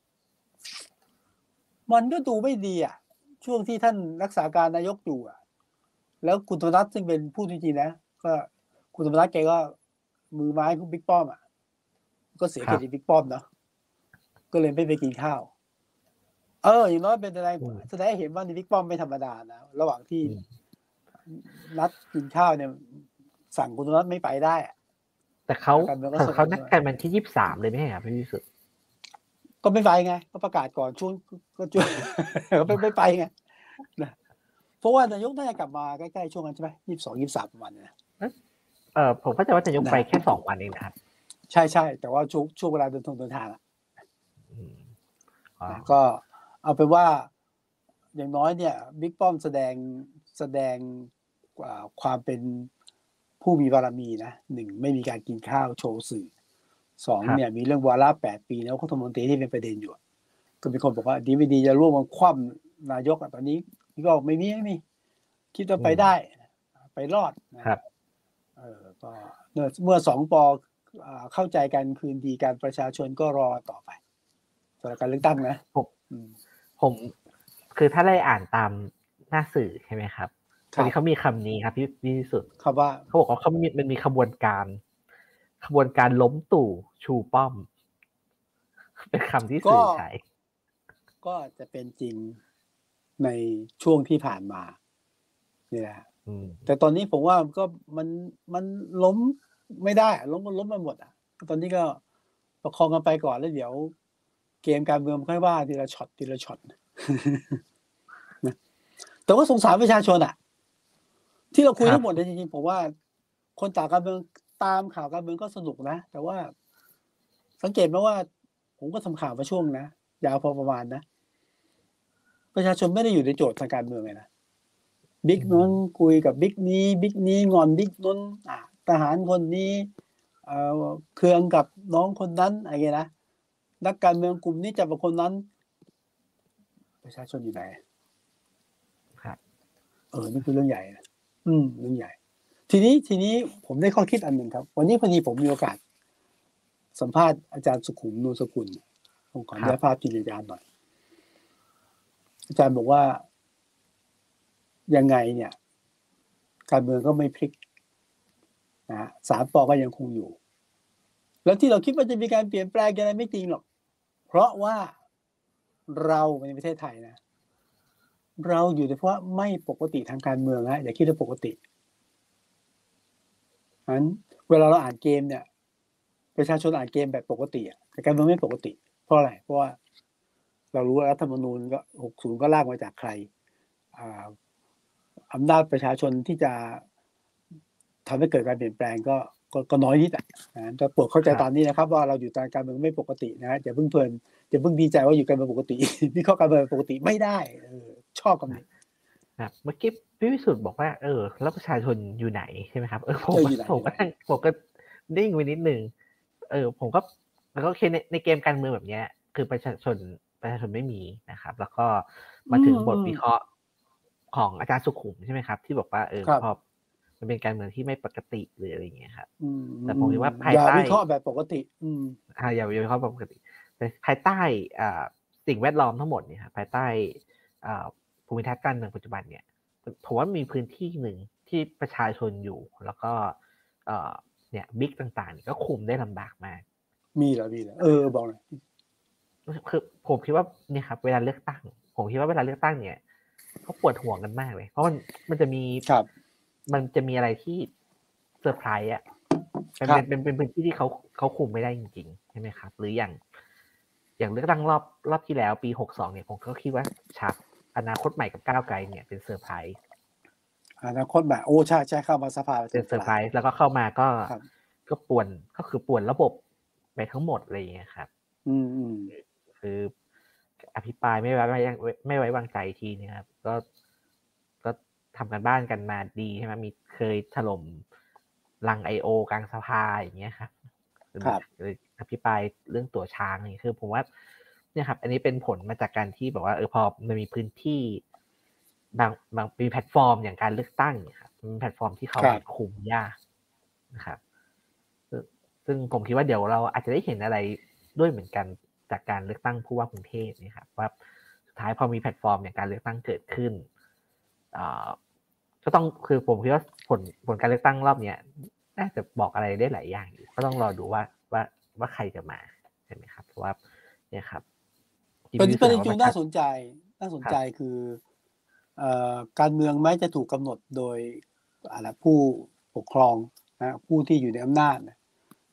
มันก็ดูไม่ดีช่วงที่ท่านรักษาการนายกอยู่แล้วคุณธรรมนัสซึ่งเป็นผู้จริงๆนะก็คุณธรรมนัสแกก็มือไม้คุณบิ๊กป้อมก็เสียเกียรติบิ๊กป้อมเนาะก็เลยไม่ไปกินข้าวอย่างน้อยเป็นแสดงให้เห็นว่าบิ๊กป้อมไม่ธรรมดานะระหว่างที่นัดกินข้าวเนี่ยสั่งคุณธรรมนัสไม่ไปได้แต่เขาการเมืองก็สนุเขากนัดกันวันที่23เลยไม่ใช่ครับพี่วิสุทธิ์ก็ไม่ไปไงก็ประกาศก่อนช่วงก็ช่วง ก็ไม่ไปไงนะเพราะว่านายกน่าจะกลับมาใกล้ๆช่วงนั้นใช่ไหม22-23ประมาณนี้นะผมเข้าใจว่าจะยกไปแค่2 วันเองนะครับใช่แต่ว่าช่วงเวลาเดินทางนะก็เอาเป็นว่าอย่างน้อยเนี่ยบิ๊กป้อมแสดงความเป็นผู้มีบารมีนะ1ไม่มีการกินข้าวโชว์สื่อ2เนี่ยมีเรื่องวาระ8 ปีแล้วรัฐมนตรีที่เป็นประเด็นอยู่ก็มีคนบอกว่าดีไม่ดีจะร่วมกันคว่ำนายกตอนนี้ก็ไม่มีคิดว่าไปได้ไปรอดนะครับก็เมื่อ2 ป.เข้าใจกันคืนดีกันประชาชนก็รอต่อไปสำหรับการเลือกตั้งนะผมคือถ้าได้อ่านตามหน้าสื่อใช่ไหมครับตอนนี้เขามีคำนี้ครับพี่วิสุทธิ์ครับว่าเขาบอกว่ามันมีขบวนการล้มตู่ชูป้อมเป็นคำที่สื่อใช้ก็จะเป็นจริงในช่วงที่ผ่านมานี่แหละแต่ตอนนี้ผมว่าก็มันล้มไม่ได้ล้มมาหมดตอนนี้ก็ประคองกันไปก่อนแล้วเดี๋ยวเกมการเมืองค่อยว่าทีละช็อตนะแต่ว่าสงสารประชาชนที่เราคุยทั้งหมดเนี่ยจริงๆผมว่าคนต่างการเมืองตามข่าวการเมืองก็สนุกนะแต่ว่าสังเกตไหมว่าผมก็ทำข่าวมาช่วงนะยาวพอประมาณนะประชาชนไม่ได้อยู่ในโจทย์ทางการเมืองเลยนะบิ๊กนั้นคุยกับบิ๊กนี้งอนบิ๊กนั้นทหารคนนี้เคืองกับน้องคนนั้นอะไรเงี้ยนะนักการเมืองกลุ่มนี้จับกับคนนั้นประชาชนอยู่ไหนครับนี่คือเรื่องใหญ่นะเรื่องใหญ่ทีนี้ผมได้ข้อคิดอันหนึ่งครับวันนี้พอดีผมมีโอกาสสัมภาษณ์อาจารย์สุขุมนูสกุลผมขออนุญาตภาพจินตนาการหน่อยอาจารย์บอกว่ายังไงเนี่ยการเมืองก็ไม่พลิกนะ3 ป.ก็ยังคงอยู่แล้วที่เราคิดว่าจะมีการเปลี่ยนแปลงอะไรไม่จริงหรอกเพราะว่าเราในประเทศไทยนะเราอยู่ในเพราะไม่ปกติทางการเมืองอย่าคิดว่าปกติงั้นเวลาเราอ่านเกมเนี่ยประชาชนอ่านเกมแบบปกติแต่การเมืองไม่ปกติเพราะอะไรเพราะว่าเรารู้ว่ารัฐธรรมนูญก็60ก็ลากมาจากใครอำนาจประชาชนที่จะทำให้เกิดการเปลี่ยนแปลงก็น้อยนิดจะโปรดเข้าใจตามนี้นะครับว่าเราอยู่ในการเมืองไม่ปกตินะอย่าเพิ่งเพลินอย่าเพิ่งดีใจว่าอยู่การเมืองปกติวิเคราะห์การเมืองปกติไม่ได้ชอบคำนี้เมื่อกี้พี่วิสุทธิ์บอกว่าแล้วประชาชนอยู่ไหนใช่ไหมครับผมก็นิ่งไปนิดนึงผมก็แล้วก็โอเคในเกมการเมืองแบบนี้คือประชาชนไม่มีนะครับแล้วก็มาถึงบทวิเคราะห์ของอาจารย์สุขุมใช่ไหมครับที่บอกว่าพอมันเป็นการเมืองที่ไม่ปกติหรืออะไรอย่างเงี้ยครับแต่ผมคิดว่าภายใต้อย่าวิเคราะห์แบบปกติอย่าวิเคราะห์แบบปกติแต่ภายใต้สิ่งแวดล้อมทั้งหมดเนี่ยครับภายใต้ภูมิทัศน์การเมืองปัจจุบันเนี่ยผมว่ามีพื้นที่หนึ่งที่ประชาชนอยู่แล้วก็เนี่ยบิ๊กต่างๆก็คุมได้ลำบากมากมีเหรอบอกหน่อยคือผมคิดว่าเนี่ยครับเวลาเลือกตั้งผมคิดว่าเวลาเลือกตั้งเนี่ยเขาปวดหัวกันมากเลยเพราะมันจะมีอะไรที่เซอร์ไพรส์เป็นพื้นที่ที่เขาคุมไม่ได้จริงๆใช่ไหมครับหรืออย่างเลือกตั้งรอบที่แล้วปี62เนี่ยผมก็คิดว่าชัดอนาคตใหม่กับก้าวไกลเนี่ยเป็นเซอร์ไพรส์อนาคตใหม่ใช่เข้ามาสภาเป็นเซอร์ไพรส์แล้วก็เข้ามาก็ป่วนระบบไปทั้งหมดอะไรอย่างเงี้ยครับคืออภิปรายไม่ไว้วางใจทีเนี่ยครับก็ทำกันบ้านกันมาดีใช่ไหมมีเคยถล่มลัง I.O. กลางสภาอย่างเงี้ยครับอภิปรายเรื่องตั๋วช้างนี่คือผมว่าเนี่ยครับอันนี้เป็นผลมาจากการที่บอกว่าพอมันมีพื้นที่บางมีแพลตฟอร์มอย่างการเลือกตั้งเนี่ยครับเป็นแพลตฟอร์มที่เขาคุมยากนะครับซึ่งผมคิดว่าเดี๋ยวเราอาจจะได้เห็นอะไรด้วยเหมือนกันจากการเลือกตั้งผู้ว่ากรุงเทพนี่ครับว่าสุดท้ายพอมีแพลตฟอร์มอย่างการเลือกตั้งเกิดขึ้นก็ต้องคือผมคิดว่าผลการเลือกตั้งรอบนี้น่าจะบอกอะไรได้หลายอย่างอยู่ก็ต้องรอดูว่าใครจะมาใช่ไหมครับเพราะว่าเนี่ยครับประเด็นจูน่าสนใจคือการเมืองแม้จะถูกกำหนดโดยผู้ปกครองนะผู้ที่อยู่ในอำนาจนะ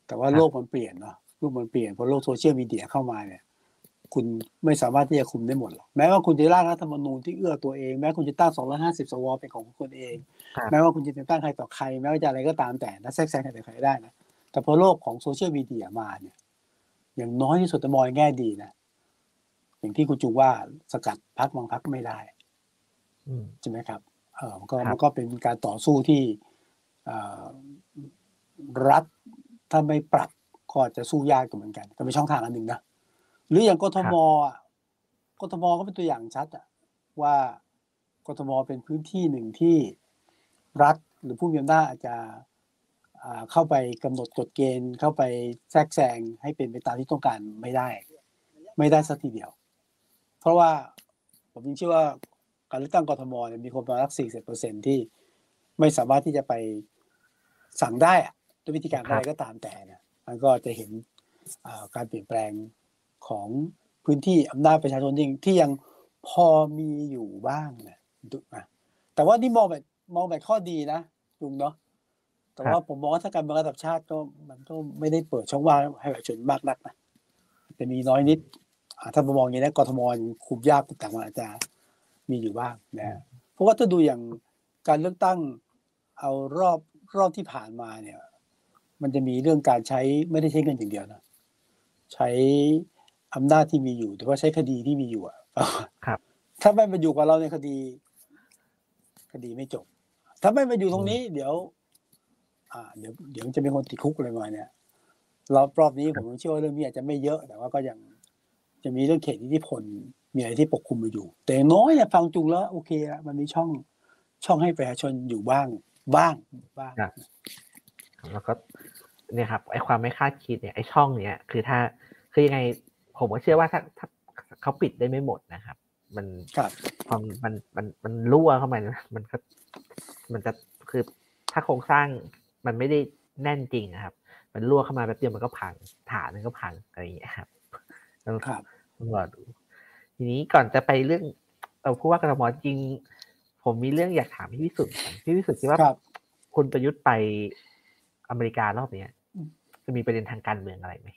แต่ว่าครับโลกมันเปลี่ยนเนาะโลกมันเปลี่ยนพอโลกโซเชียลมีเดียเข้ามาเนี่ยคุณไม่สามารถที่จะคุมได้หมดหรอกแม้ว่าคุณจะร่างรัฐธรรมนูญที่เอื้อตัวเองแม้คุณจะตั้ง250 สวเป็นของคุณเองแม้ครับว่าคุณจะแต่งตั้งใครต่อใครแม้ว่าจะอะไรก็ตามแต่นะแทรกแซงใครต่อใครได้นะแต่พอโลกของโซเชียลมีเดียมาเนี่ยอย่างน้อยที่สุดจะมองในแง่ดีนะอย่างที่คุณจูว่าสกัดพรรคบางพรรคไม่ได้อืมใช่ไหมครับมันครับก็เป็นการต่อสู้ที่เอ่อรัฐถ้าไม่ปรับก็จะสู้ยากเหมือนกันก็เป็นช่องทางอันหนึ่งนะหรืออย่างกทมครับอ่ะกทมก็เป็นตัวอย่างชัดอ่ะว่ากทมเป็นพื้นที่หนึ่งที่รัฐหรือผู้มีอำนาจอาจจะเข้าไปกำหนดกฎเกณฑ์เข้าไปแทรกแซงให้เป็นไปตามที่ต้องการไม่ได้สักทีเดียวเพราะว่าผมยังเชื่อว่าการเลือกตั้งกทมเนี่ยมีคนประมาณสัก40%ที่ไม่สามารถที่จะไปสั่งได้อะด้วยวิธีการอะไรก็ตามแต่เนี่ยมันก็จะเห็นการเปลี่ยนแปลงของพื้นที่อำนาจประชาชนที่ยังพอมีอยู่บ้างนะแต่ว่านี่มองแบบข้อดีนะลุงเนาะแต่ว่าผมมองว่าถ้าการเมืองระดับชาติก็มันก็ไม่ได้เปิดช่องว่างให้ประชาชนมากนักนะจะมีน้อยนิดถ้ามองอย่างนี้นะกทมคุมยากแต่มันอาจจะมีอยู่บ้างนะเพราะว่าถ้าดูอย่างการเลือกตั้งเอารอบที่ผ่านมาเนี่ยมันจะมีเรื่องการใช้ไม่ได้ใช้เงินอย่างเดียวนะใช้อำนาจที่มีอยู่แต่ว่าใช้คดีที่มีอยู่อ่ะครับถ้าไม่มาอยู่กับเราในคดีไม่จบถ้าไม่มาอยู่ตรงนี้เดี๋ยวจะเป็นคนติดคุกอะไรมาเนี่ยรอบนี้ผมเชื่อว่าเรื่องนี้อาจจะไม่เยอะแต่ว่าก็ยังจะมีเรื่องเขตอิทธิพลมีอะไรที่ปกคลุมอยู่แต่น้อยเนี่ยฟังจุงแล้วโอเคละมันมีช่องให้ประชาชนอยู่บ้างครับแล้วก็เนี่ยครับไอ้ความไม่คาดคิดเนี่ยไอ้ช่องเนี้ยคือยังไงผมก็เชื่อว่าถ้าเขาปิดได้ไม่หมดนะครับมันความมันรั่วเข้ามามันจะคือถ้าโครงสร้างมันไม่ได้แน่นจริงนะครับมันรั่วเข้ามาแป๊บเดียวมันก็พังฐานมันก็พังอะไรอย่างเงี้ยครับต้องรอดูทีนี้ก่อนจะไปเรื่องพูดว่ากทมจริงผมมีเรื่องอยากถามพี่วิสุทธิ์พี่วิสุทธิ์คิดว่าคุณประยุทธ์ไปอเมริการอบนี้จะมีประเด็นทางการเมืองอะไรไหม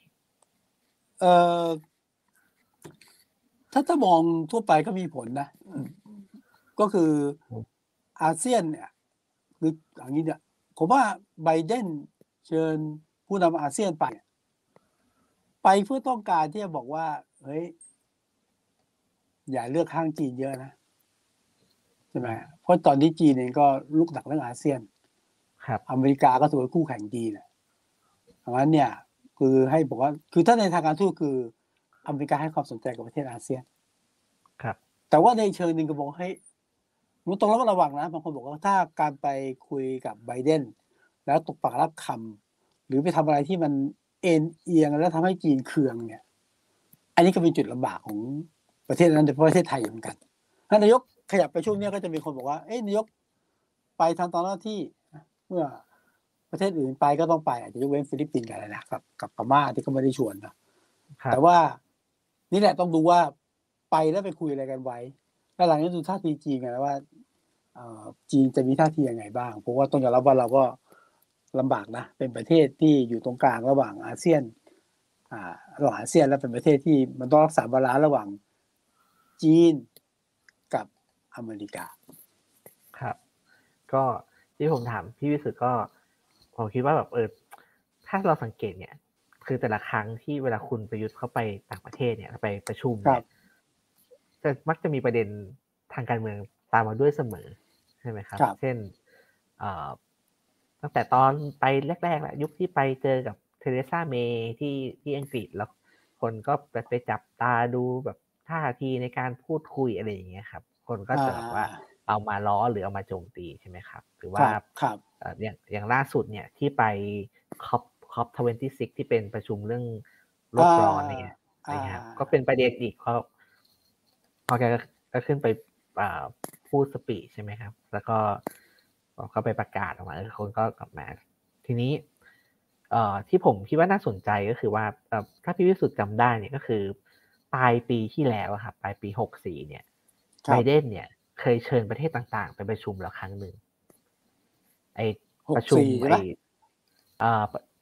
ถ้ามองทั่วไปก็มีผลนะก็คืออาเซียนเนี่ยคืออย่างนี้เนี่ยผมว่าไบเดนเชิญผู้นำอาเซียนไปเพื่อต้องการที่จะบอกว่าเฮ้ยอย่าเลือกข้างจีนเยอะนะใช่ไหมเพราะตอนนี้จีนเองก็ลุกหนักเรื่องอาเซียนอเมริกาก็ถือเป็นคู่แข่งจีนเพราะฉะนั้นเนี่ยคือให้บอกว่าคือถ้าในทางการทูตคืออเมริกาให้ความสนใจกับประเทศอาเซียนแต่ว่าในเชิงหนึ่งก็บอกให้มันต้องระวังนะบางคนบอกว่าถ้าการไปคุยกับไบเดนแล้วตกปากรับคำหรือไปทำอะไรที่มันเอ็นเอียงแล้วทำให้จีนเคืองเนี่ยอันนี้ก็เป็นจุดลำบากของประเทศนั้นโดยเฉพาะประเทศไทยเหมือนกันท่านนายกขยับไปช่วงนี้ก็จะมีคนบอกว่าเอ้นายกไปทำตามหน้าที่เมื่อประเทศอื่นไปก็ต้องไปอาจจะยกเว้นฟิลิปปินส์กันอะไรนะกับพม่าที่ก็ไม่ได้ชวนนะแต่ว่านี่แหละต้องดูว่าไปแล้วไปคุยอะไรกันไว้แล้วหลังจากดูท่าทีจีนกันว่าจีนจะมีท่าทียังไงบ้างเพราะว่าต้องยอมรับว่าเราก็ลำบากนะเป็นประเทศที่อยู่ตรงกลางระหว่างอาเซียนระหว่างอาเซียนและเป็นประเทศที่มันต้องรักษาบาลานซ์ระหว่างจีนกับอเมริกาครับก็ที่ผมถามพี่วิสุทธิ์ก็ผมคิดว่าแบบถ้าเราสังเกตเนี่ยคือแต่ละครั้งที่เวลาคุณประยุทธ์เข้าไปต่างประเทศเนี่ยไปประชุมเนี่ยจะมักจะมีประเด็นทางการเมืองตามมาด้วยเสมอใช่ไหมครับเช่นตั้งแต่ตอนไปแรกๆแหละยุคที่ไปเจอกับเทเรซาเมย์ที่อังกฤษแล้วคนก็ไปจับตาดูแบบท่าทีในการพูดคุยอะไรอย่างเงี้ยครับคนก็จะแบบว่าเอามาล้อหรือเอามาโจมตีใช่ไหมครับหรือว่าอย่างล่าสุดเนี่ยที่ไปCOP 26ที่เป็นประชุมเรื่องโลกร้อนเนี่ยนะครับก็เป็นประเด็นอีกพอแกก็ขึ้นไปพูดสปีชใช่ไหมครับแล้วก็ไปประกาศออกมาคนก็กลับมาทีนี้ที่ผมคิดว่าน่าสนใจก็คือว่าถ้าพี่วิสุทธิ์จำได้เนี่ยก็คือปลายปีที่แล้วครับปลายปี64เนี่ยไบเดนเนี่ยเคยเชิญประเทศต่างๆไปประชุมแล้วครั้งหนึ่งไอประชุมป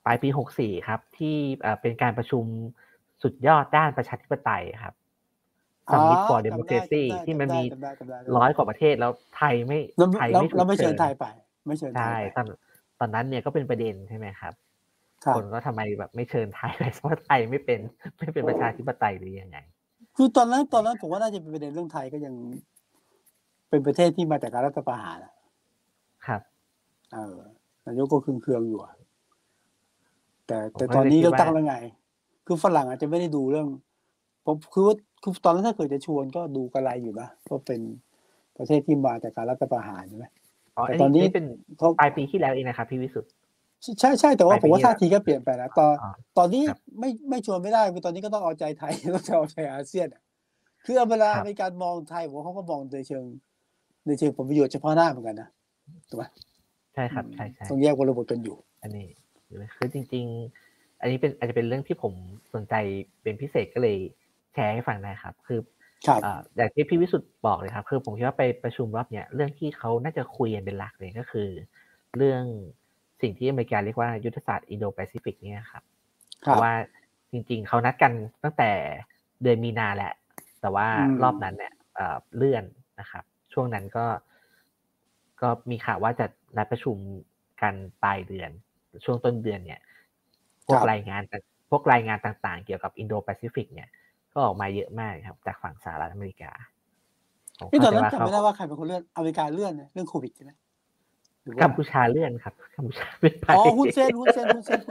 ลายปี64ครับที่เป็นการประชุมสุดยอดด้านประชาธิปไตยครับ Summit for จำได้ Democracy ที่มันมี100 กว่าประเทศแล้วไทยไม่ถูเรากไม่เชิเชิญญไทยไปไม่เชิญไทยใช่ไปตอนนั้นเนี่ยก็เป็นประเด็นใช่ไหมครับครัคบนก็ทำไมแบบไม่เชิญไทยไปเพราะไทยไม่เป็นประชาธิปไตยหรือยังไงคือตอนนั้นผมว่าน่าจะเป็นประเด็นเรื่องไทยก็ยังเป็นประเทศที่มาจากการรัฐประหารครับนายกก็เคืองๆอยู่อะแต่ผมก็ตอนนี้เลยคิดเลือกว่าตั้งแล้วไง คือฝรั่งอาจจะไม่ได้ดูเรื่องผมคือตอนนั้นถ้าเกิดจะชวนก็ดูกระไรอยู่นะเพราะเป็นประเทศที่มาจากการรัฐประหารใช่ไหมอ๋อแต่อันตอนนี้นี้เป็นเขาปลายปีที่แล้วเองนะครับพี่วิสุทธิ์ใช่แต่ว่าปลายปีผมว่าที่ท่าทีก็เปลี่ยนไปแล้วตอนนี้ครับไม่ชวนไม่ได้คือตอนนี้ก็ต้องเอาใจไทย ต้องเอาใจอาเซียนอะคือเวลาครับมีการมองไทยผมว่าเขาก็มองในเชิงผลประโยชน์เฉพาะหน้าเหมือนกันนะถูกไหมใช่ครับใช่ต้องแยกบริบทกันอยู่อันนี้คือจริงๆ อันนี้อาจจะเป็นเรื่องที่ผมสนใจเป็นพิเศษก็เลยแชร์ให้ฟังนะครับ คือครับอย่างที่พี่วิสุทธ์บอกเลยครับคือผมคิดว่าไปประชุมรอบเนี้ยเรื่องที่เขาน่าจะคุยกันเป็นหลักเลยก็คือ เรื่องสิ่งที่อเมริกาเรียกว่ายุทธศาสตร์อินโดแปซิฟิกเนี่ยครับเพราะว่าจริงๆเขานัดกันตั้งแต่เดือนมีนาแหละ แต่ว่ารอบนั้นเนี่ยเลื่อนนะครับ ช่วงนั้นก็มีข่าวว่าจะนัดประชุมกันปลายเดือนช่วงต้นเดือนเนี่ยพวกรายงานต่างๆเกี่ยวกับอินโดแปซิฟิกเนี่ยก็ออกมาเยอะมากครับจากฝั่งสหรัฐอเมริกาตอนนั้นจำไม่ได้ว่าใครเป็นคนเลื่อนอเมริกาเลื่อนเรื่องโควิดใช่ไหมกัมพูชาเลื่อนครับกัมพูชาไม่ไปฮุนเซนใช่ฮุนเซน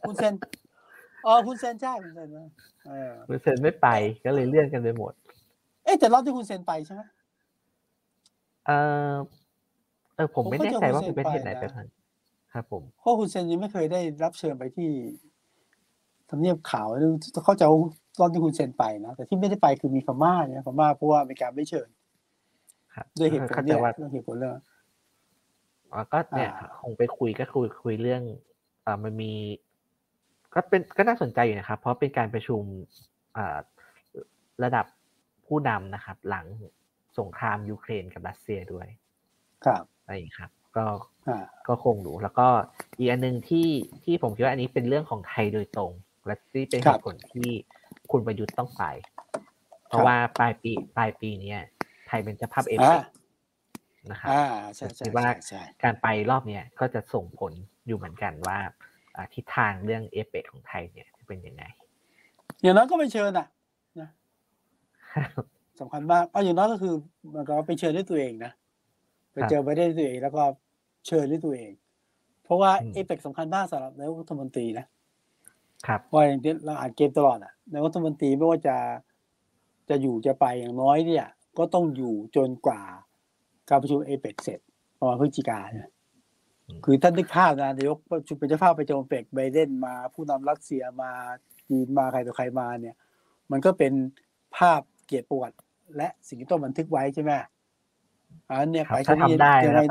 ใช่ฮุนเซนไม่ไปก็เลยเลื่อนกันไปหมดแต่รอบที่ฮุนเซนไปใช่ไหมผมไม่แน่ใจว่าเป็นประเทศไหนไปครับผมเพราะฮุนเซนยังไม่เคยได้รับเชิญไปที่ทำเนียบขาวเข้าใจว่ารอบที่ฮุนเซนไปนะแต่ที่ไม่ได้ไปคือมีพม่าเนี่ยพม่าเพราะว่าอเมริกาไม่เชิญด้วยเหตุผลเนี่ยเรื่องเหตุผลเรื่องก็เนี่ยคงไปคุยเรื่องมันมีก็น่าสนใจอยู่นะครับเพราะเป็นการประชุมระดับผู้นำนะครับหลังสงครามยูเครนกับรัสเซียด้วยครับอะไรอย่างนี้ครับก็คงรู้แล้วก็อีกอันนึงที่ผมคิดว่าอันนี้เป็นเรื่องของไทยโดยตรงและที่เป็นเหตุผลที่คุณประยุทธ์ต้องไปเพราะว่าปลายปีนี้ไทยเป็นเจ้าภาพเอเปกนะครับคิดว่าการไปรอบนี้ก็จะส่งผลอยู่เหมือนกันว่าทิศทางเรื่องเอเปกของไทยเนี่ยจะเป็นยังไงอย่างนั้นก็ไปเชิญนะสำคัญมากอย่างนั้นก็คือมันก็ไปเชิญด้วยตัวเองนะไปเจอไปได้ด้วยตัวเองแล้วก็เชิญด้วยตัวเองเพราะว่าเอเปกสำคัญมากสำหรับนายกรัฐมนตรีนะครับว่าอย่างที่เราอ่านเกมตลอดนายกรัฐมนตรีไม่ว่าจะอยู่จะไปอย่างน้อยเนี่ยก็ต้องอยู่จนกว่าการประชุมเอเปกเสร็จประมาณพฤศจิกายนคือท่านนึกภาพนะนายกเป็นเจ้าภาพไปจมเปกไบเดนมาผู้นำรัสเซียมาจีนมาใครต่อใครมาเนี่ยมันก็เป็นภาพเกียรติประวัติและสิ่งที่ต้องบันทึกไว้ใช่ไหมเนี่ยไปถ้าทำได้ยังไง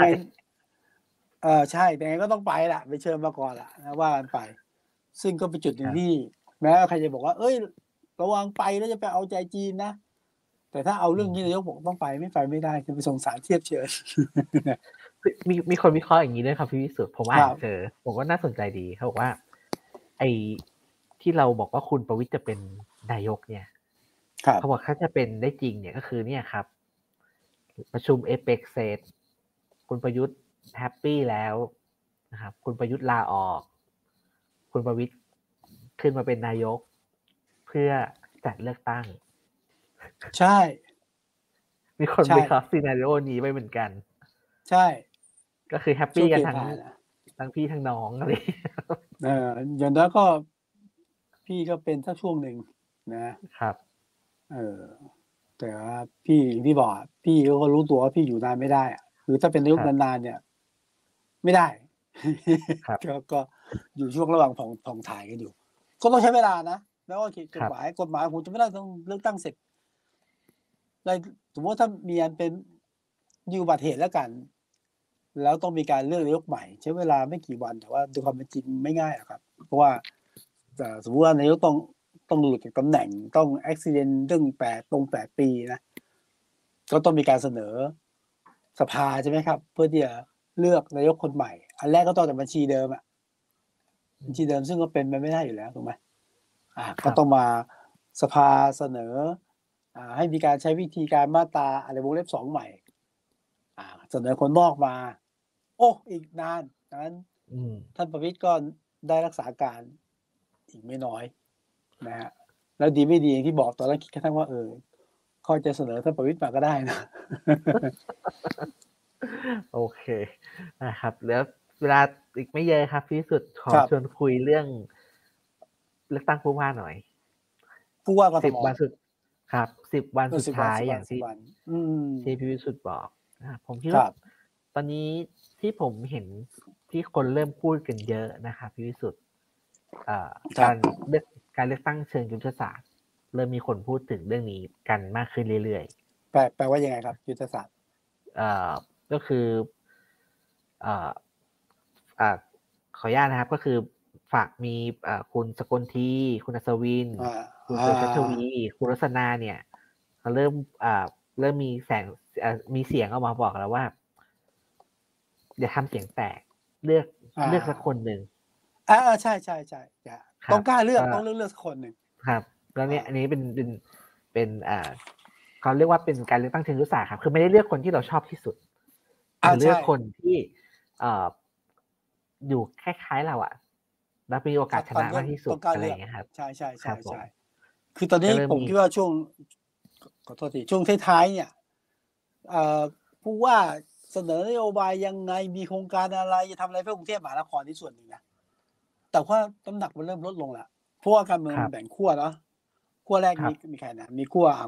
ใช่แต่ไงก็ต้องไปแหละไปเชิญมาก่อนละนะว่ากันไปซึ่งก็เป็นจุดหนึ่งที่แม้ใครจะบอกว่าระวังไปแล้วจะไปเอาใจจีนนะแต่ถ้าเอาเรื่องนี้นายกบอกต้องไปไม่ได้จะไปส่งสารเทียบเชิญมีคนวิเคราะห์อย่างนี้ด้วยครับพี่วิสุทธิ์ผมอ่านเจอผมว่าน่าสนใจดีเขาบอกว่าไอ้ที่เราบอกว่าคุณประวิตรจะเป็นนายกเนี่ยเขาบอกถ้าจะเป็นได้จริงเนี่ยก็คือเนี่ยครับประชุมเอเปกเสร็จคุณประยุทธ์แฮปปี้แล้วนะครับคุณประยุทธ์ลาออกคุณประวิตรขึ้นมาเป็นนายกเพื่อจัดเลือกตั้งใช่มีคนวิเคราะห์ซีนาริโอนี้ไปเหมือนกันใช่ก็คือแฮปปี้กันทั้งพี่ทั้งน้องอะไรอย่างนั้นก็พี่ก็เป็นสักช่วงหนึ่งนะครับแต่ว่าพี่บอกพี่ก็รู้ตัวว่าพี่อยู่นานไม่ได้คือถ้าเป็นนายกนานๆเนี่ยไม่ได้ก็อยู่ช่วงระหว่างผ่องถ่ายกันอยู่ก็ต้องใช้เวลานะแม้ว่ากฎหมายผมจะไม่ได้ต้องเลือกตั้งเสร็จสมมติถ้ามีอันเป็นมีอุบัติเหตุแล้วกันแล้วต้องมีการเลือกนายกใหม่ใช้เวลาไม่กี่วันแต่ว่าด้วยความเป็นจริงไม่ง่ายครับเพราะว่าสมมติว่านายกต้องหลุดจากตำแหน่งต้องอุบัติเหตุเรื่อง8 ปีนะก็ต้องมีการเสนอสภาใช่ไหมครับเพื่อที่จะเลือกนายกคนใหม่อันแรกก็ต้องจากบัญชีเดิมบัญชีเดิมซึ่งก็เป็นไปไม่ได้อยู่แล้วถูกไหมคก็รับต้องมาสภาเสนอให้มีการใช้วิธีการมาตราอะไรวงเล็บ2ใหม่เสนอคนนอกมาโอ้อีกนานนั้นท่านประวิตรก็ได้รักษาการอีกไม่น้อยนะฮะแล้วดีไม่ดีอย่างที่บอกตอนแรกคิดกระทั่งว่าเขาจะเสนอท่านประวิตรมาก็ได้นะโอเคนะครับแล้วเวลาอีกไม่เยอะครับพี่สุดขอชวนคุยเรื่องเลือกตั้งผู้ว่าหน่อยผู้ว่ากทม 10 วันสุดครับ10 วันสุดท้ายอย่างที่พี่วิสุทธ์บอกผมคิดว่าตอนนี้ที่ผมเห็นที่คนเริ่มพูดกันเยอะนะครับพี่วิสุทธ์การเลือกตั้งเชิงยุทธศาสตร์เริ่มมีคนพูดถึงเรื่องนี้กันมากขึ้นเรื่อยๆแปลว่ายังไงครับยุทธศาสตร์ก็คือขออนุญาตนะครับก็คือฝากมีคุณสกลทีคุณอัศวินคุณเสือชัชวีคุณรัศนาเนี่ยเขาเริ่มมีเสียงออกมาบอกแล้วว่าอย่าทำเสียงแตกเลือกสักคนหนึ่งใช่ใช่ใช่ต้องกล้าเลือกต้องเลือกสักคนหนึ่งครับแล้วเนี่ยอันนี้เป็นเขาเรียกว่าเป็นการเลือกตั้งเชิงยุทธศาสตร์ครับคือไม่ได้เลือกคนที่เราชอบที่สุดเลือกคนที่อยู่คล้ายๆเราแล้วมีโอกาสชนะมากที่สุดอะไรอย่างเงี้ยครับใช่ใช่ใช่ใช่คือตอนนี้ผมคิดว่าช่วงขอโทษทีช่วงท้ายๆเนี่ยผู้ว่าเสนอนโยบายยังไงมีโครงการอะไรจะทำอะไรเพื่อกรุงเทพมหานครที่ส่วนหนึ่งนะแต่ว่าน้ำหนักมันเริ่มลดลงแล้วเพราะว่าการเมืองมันแบ่งขั้วเนาะขั้วแรกมีใครนะมีขั้ว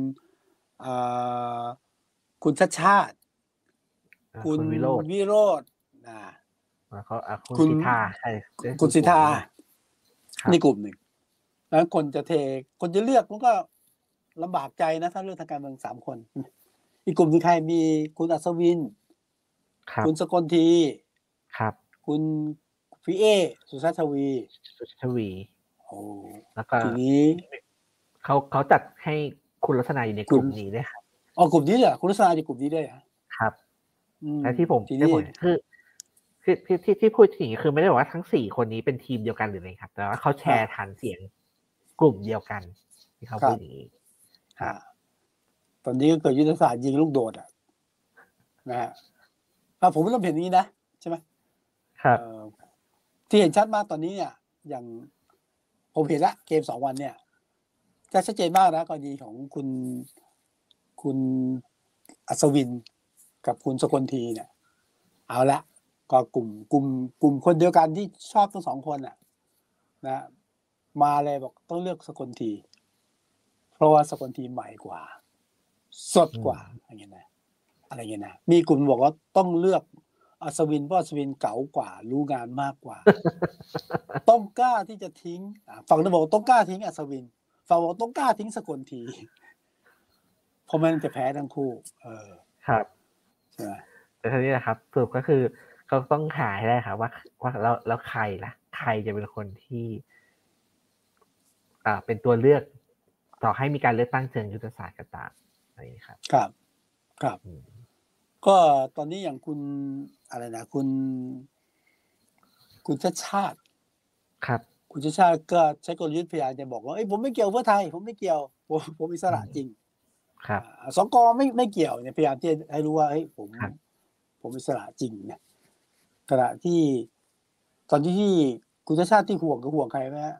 คุณชัดชาติคุณวิโรจน์คุณสิทธาคุณสิทธานี่กลุ่มหนึ่งแล้วคนจะเลือกมันก็ลำบากใจนะถ้าเลือกทางการเมือง3 คนอีกกลุ่มนึงใครมีคุณอัศวินคุณสกลทีคุณฟิเอสุชาติชวีโอ้แล้วก็ทีนี้เขาจัดให้คุณลักษณะอยู่ในกลุ่มนี้ด้วยครับกลุ่มนี้เหรอคุณลักษณะอยู่กลุ่มนี้ด้วยครับและที่ผมคือที่พูดถึงคือไม่ได้บอกว่าทั้ง4 คนนี้เป็นทีมเดียวกันหรืออะไรครับแต่ว่าเขาแชร์ฐานเสียงกลุ่มเดียวกันที่เขาพูดอย่างนี้ตอนนี้ก็เกิดยุทธศาสตร์ยิงลูกโดดนะฮะผมไม่ต้องเห็นอย่างนี้นะใช่ไหมครับที่เห็นชัดมากตอนนี้เนี่ยอย่างผมเห็นละเกม2 วันเนี่ยจะชัดเจนมากนะกรณีของคุณอัศวินกับคุณสกลทีเนี่ยเอาละก็กลุ่มคนเดียวกันที่ชอบทั้ง2 คนนะมาเลยบอกต้องเลือกสกลทีเพราะว่าสกลทีใหม่กว่าสดกว่าอะไรเงี้ยนะมีกลุ่มบอกว่าต้องเลือกอัศวินเพราะอัศวินเก๋ากว่ารู้งานมากกว่า ต้องกล้าที่จะทิ้งฝั่งนึงบอกต้องกล้าทิ้งอัศวินฝั่งบอกต้องกล้าทิ้งสกลทีเพราะมันจะแพ้ทั้งคู่ครับใช่ไหมแต่ทีนี้นะครับสรุปก็คือเขาต้องหาให้ได้ครับว่าแล้วใครล่ะใครจะเป็นคนที่เป็นตัวเลือกต่อให้มีการเลือกตั้งเชิงยุทธศาสตร์ก็ตามอะไรครับครับก็ตอนนี้อย่างคุณอะไรนะคุณชาติครับคุณชาติก็ใช้กลยุทธ์พยายามจะบอกว่าผมไม่เกี่ยวเพื่อไทยผมไม่เกี่ยวผมอิสระจริงครับสกไม่เกี่ยวเนี่ยพยายามที่ให้รู้ว่าผมอิสระจริงเนี่ยขณะที่ตอนที่คุณชาติที่ห่วงก็ห่วงใครไหมฮะ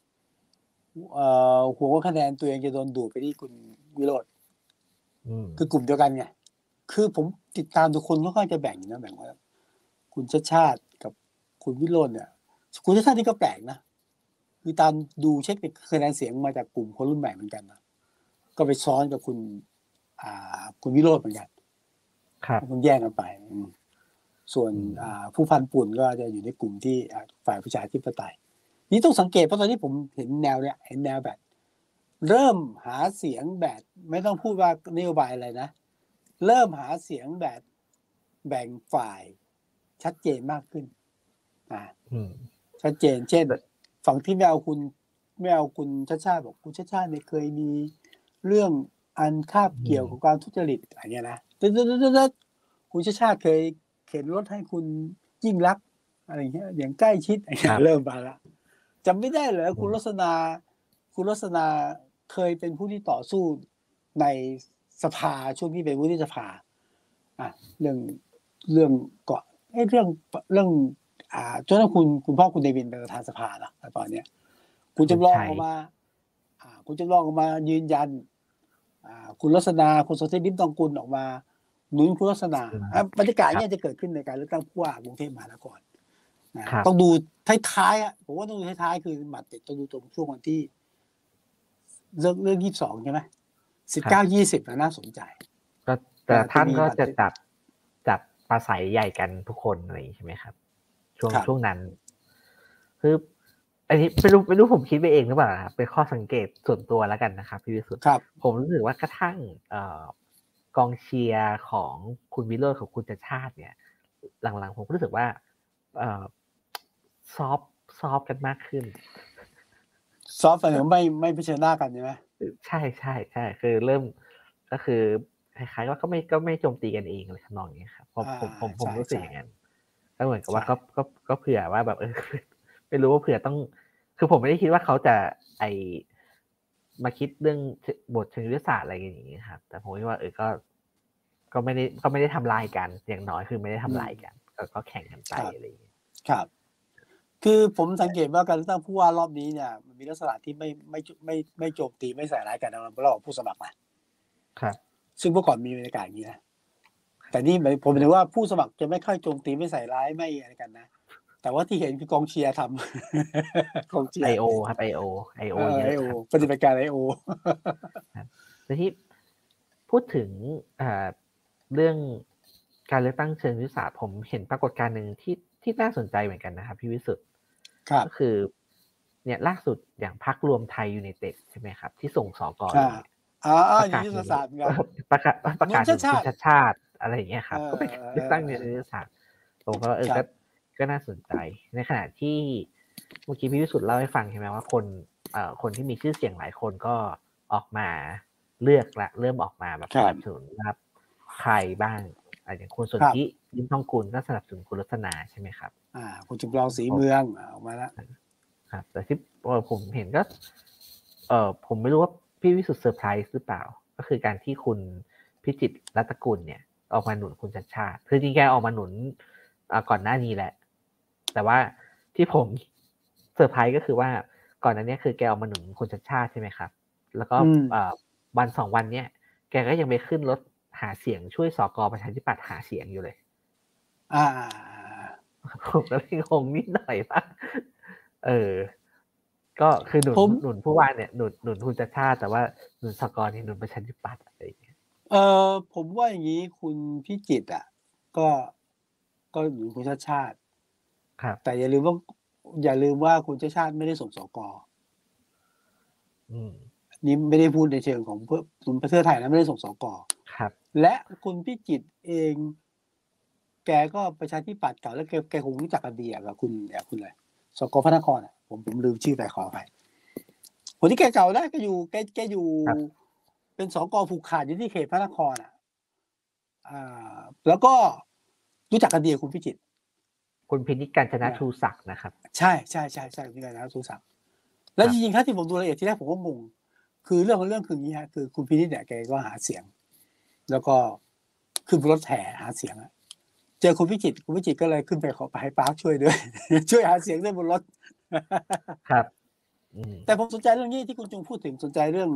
ห่วงว่าคะแนนตัวเองจะโดนดูดไปที่คุณวิโรจน์คือกลุ่มเดียวกันไงคือผมติดตามทุกคนค่อนข้างจะแบ่งนะแบ่งว่าคุณชาติกับคุณวิโรจน์เนี่ยคุณชาตินี่ก็แปลกนะคือตามดูเช็คคะแนนเสียงมาจากกลุ่มคนรุ่นใหม่เหมือนกันนะก็ไปซ้อนกับคุณวิโรจน์เหมือนกันต้องแย่งกันไปส่วนผู้พันปุ่นก็จะอยู่ในกลุ่มที่ฝ่ายประชาธิปไตยนี่ต้องสังเกตเพราะตอนนี้ผมเห็นแนวแบบเริ่มหาเสียงแบบไม่ต้องพูดว่านโยบายอะไรนะเริ่มหาเสียงแบบแบ่งฝ่ายชัดเจนมากขึ้นชัดเจนเช่นฝั่งที่ไม่เอาคุณชาติชาติบอกคุณชาติชาติเนี่ยเคยมีเรื่องอันคาบเกี่ยวกับการทุจริตอะไรเงี้ยนะคุณชาติชาติเคยเข็นรถให้คุณยิ่งลักษณ์อะไรเงี้ยอย่างใกล้ชิดเริ่มมาละจำไม่ได้เหรอคุณลักษณะเคยเป็นผู้ที่ต่อสู้ในสภาช่วงที่เป็นวุฒิสภาเรื่องเกาะเรื่องจนคุณพ่อคุณเดวินเป็นประธานสภานะตอนเนี้ยคุณจำลองออกมายืนยันคุณลักษณะคุณสนธิลิ้มทองกุลออกมาหนุนคุณลักษณะบรรยากาศเนี่ยจะเกิดขึ้นในการเลือกตั้งผู้ว่ากรุงเทพมหานครต้องดูท้ายๆผมว่าต้องดูท้ายๆคือหมัดเด็ดต้องดูตรงช่วงวันที่เรื่อง22ใช่ไหม19-20น่าสนใจแต่ท่านก็จะจัดปราศัยใหญ่กันทุกคนอะไรใช่ไหมครับช่วงนั้นคืออันนี้ไม่รู้ผมคิดไปเองหรือเปล่าครับเป็นข้อสังเกตส่วนตัวแล้วกันนะครับพี่วิสุทธิ์ผมรู้สึกว่ากระทั่งกองเชียร์ของคุณวิโรจน์กับคุณชัชชาติเนี่ยหลังๆผมรู้สึกว่าซอฟกันมากขึ้นซอฟแต่ไม่เผชิญหน้ากันใช่ไหมใช่คือเริ่มก็คือคล้ายๆว่าก็ไม่โจมตีกันเองอะไรทำนองนี้ครับผมรู้สึกอย่างนั้นก็เหมือนกับว่าก็เผื่อว่าแบบไม่รู้ว่าเผื่อต้องคือผมไม่ได้คิดว่าเขาจะมาคิดเรื่องบทเชิงยุทธศาสตร์อะไรอย่างนี้ครับแต่ผมคิดว่าก็ไม่ได้ทำลายกันอย่างน้อยคือไม่ได้ทำลายกันก็แข่งกันไปอะไรอย่างนี้ครับคือผมสังเกตว่าการเลือกตั้งผู้ว่ารอบนี้เนี่ยมันมีลักษณะที่ไม่โจมตีไม่ใส่ร้ายกันระหว่างผู้สมัครครับซึ่งเมื่อก่อนมีบรรยากาศอย่างนี้นะแต่นี่ผมเห็นว่าผู้สมัครจะไม่ค่อยโจมตีไม่ใส่ร้ายไม่อะไรกันนะแต่ว่าที่เห็นคือกองเชียร์ทำกองเชียร์ IO ครับ IO เยอะครับปฏิบัติการ IO แต่ที่พูดถึงเรื่องการเลือกตั้งเชิงยุทธศาสตร์ผมเห็นปรากฏการณ์หนึ่งที่น่าสนใจเหมือนกันนะครับพี่วิสุทธิ์ก็คือเนี่ยล่าสุดอย่างพรรครวมไทยยูไนเต็ดใช่ไหมครับที่ส่งสกประกาศยุทธศาสตร์ประกาศคุณชัชชาติอะไรอย่างเงี้ยครับก็เป็นเลือกตั้งยุทธศาสตร์ผมก็ก็น่าสนใจในขณะที่เมื่อกี้พี่วิสุทธิ์เล่าให้ฟังใช่ไหมว่าคนที่มีชื่อเสียงหลายคนก็ออกมาเลือกละเริ่มออกมาแบบสนับสนุนนะครับใครบ้างอย่างคุณสนธิลิ้มทองกุลก็สนับสนุนคุณลักษณะใช่ไหมครับคุณจุฬาศรีเมืองออกมาแล้วครับแต่ที่ผมเห็นก็ผมไม่รู้ว่าพี่วิสุทธิ์เซอร์ไพรส์หรือเปล่าก็คือการที่คุณพิจิตรรัตกุลเนี่ยออกมาหนุนคุณชัชชาติคือจริงๆแกออกมาหนุนก่อนหน้านี้แหละแต่ว่าที่ผมเซอร์ไพรส์ก็คือว่าก่อนหน้านี้คือแกออกมาหนุนคุณชัชชาติใช่ไหมครับแล้วก็วัน2วันเนี้ยแกก็ยังไปขึ้นรถหาเสียงช่วยสก.ประชาธิปัตย์หาเสียงอยู่เลยผมก็เลยงงนิดหน่อยว่าก็คือหนุนผู้ว่าเนี่ยหนุนคุณชัชชาติแต่ว่าหนุนสก.นี่หนุนประชาธิปัตย์อะไรอย่างเงี้ยผมว่าอย่างนี้คุณพิจิตรก็หนุนคุณชัชชาติครับแต่อย่าลืมว่าคุณชัชชาติไม่ได้ส่งสก.นี่ไม่ได้พูดในเชิงของเพื่อประเทศไทยนะไม่ได้ส่งสก. ครับและคุณพิจิตรเองแกก็ประชาธิปัตย์เก่าแล้วแกคงรู้จักกันดีกับคุณอะไรสก.พระนครผมลืมชื่อไปขอไปคนที่แกเก่าได้ก็อยู่แกอยู่เป็นสก.ผูกขาดอยู่ที่เขตพระนครแล้วก็รู้จักกันดีกับคุณพิจิตรคุณพินิจ กาญจนชูศักดิ์นะครับใช่พินิจ กาญจนชูศักดิ์แล้วจริงๆถ้าที่ผมดูรายละเอียดที่แรกผมก็งงคือเรื่องคืออย่างนี้ฮะคือคุณพินิจเนี่ยแกก็หาเสียงแล้วก็ขึ้นรถแห่หาเสียงเจอคุณพิจิตรก็เลยขึ้นไปขอไปให้ปาร์คช่วยด้วย ช่วยหาเสียงด้วยบนรถครับแต่ผมสนใจเรื่องนี้ที่คุณจงพูดถึงสนใจเรื่อง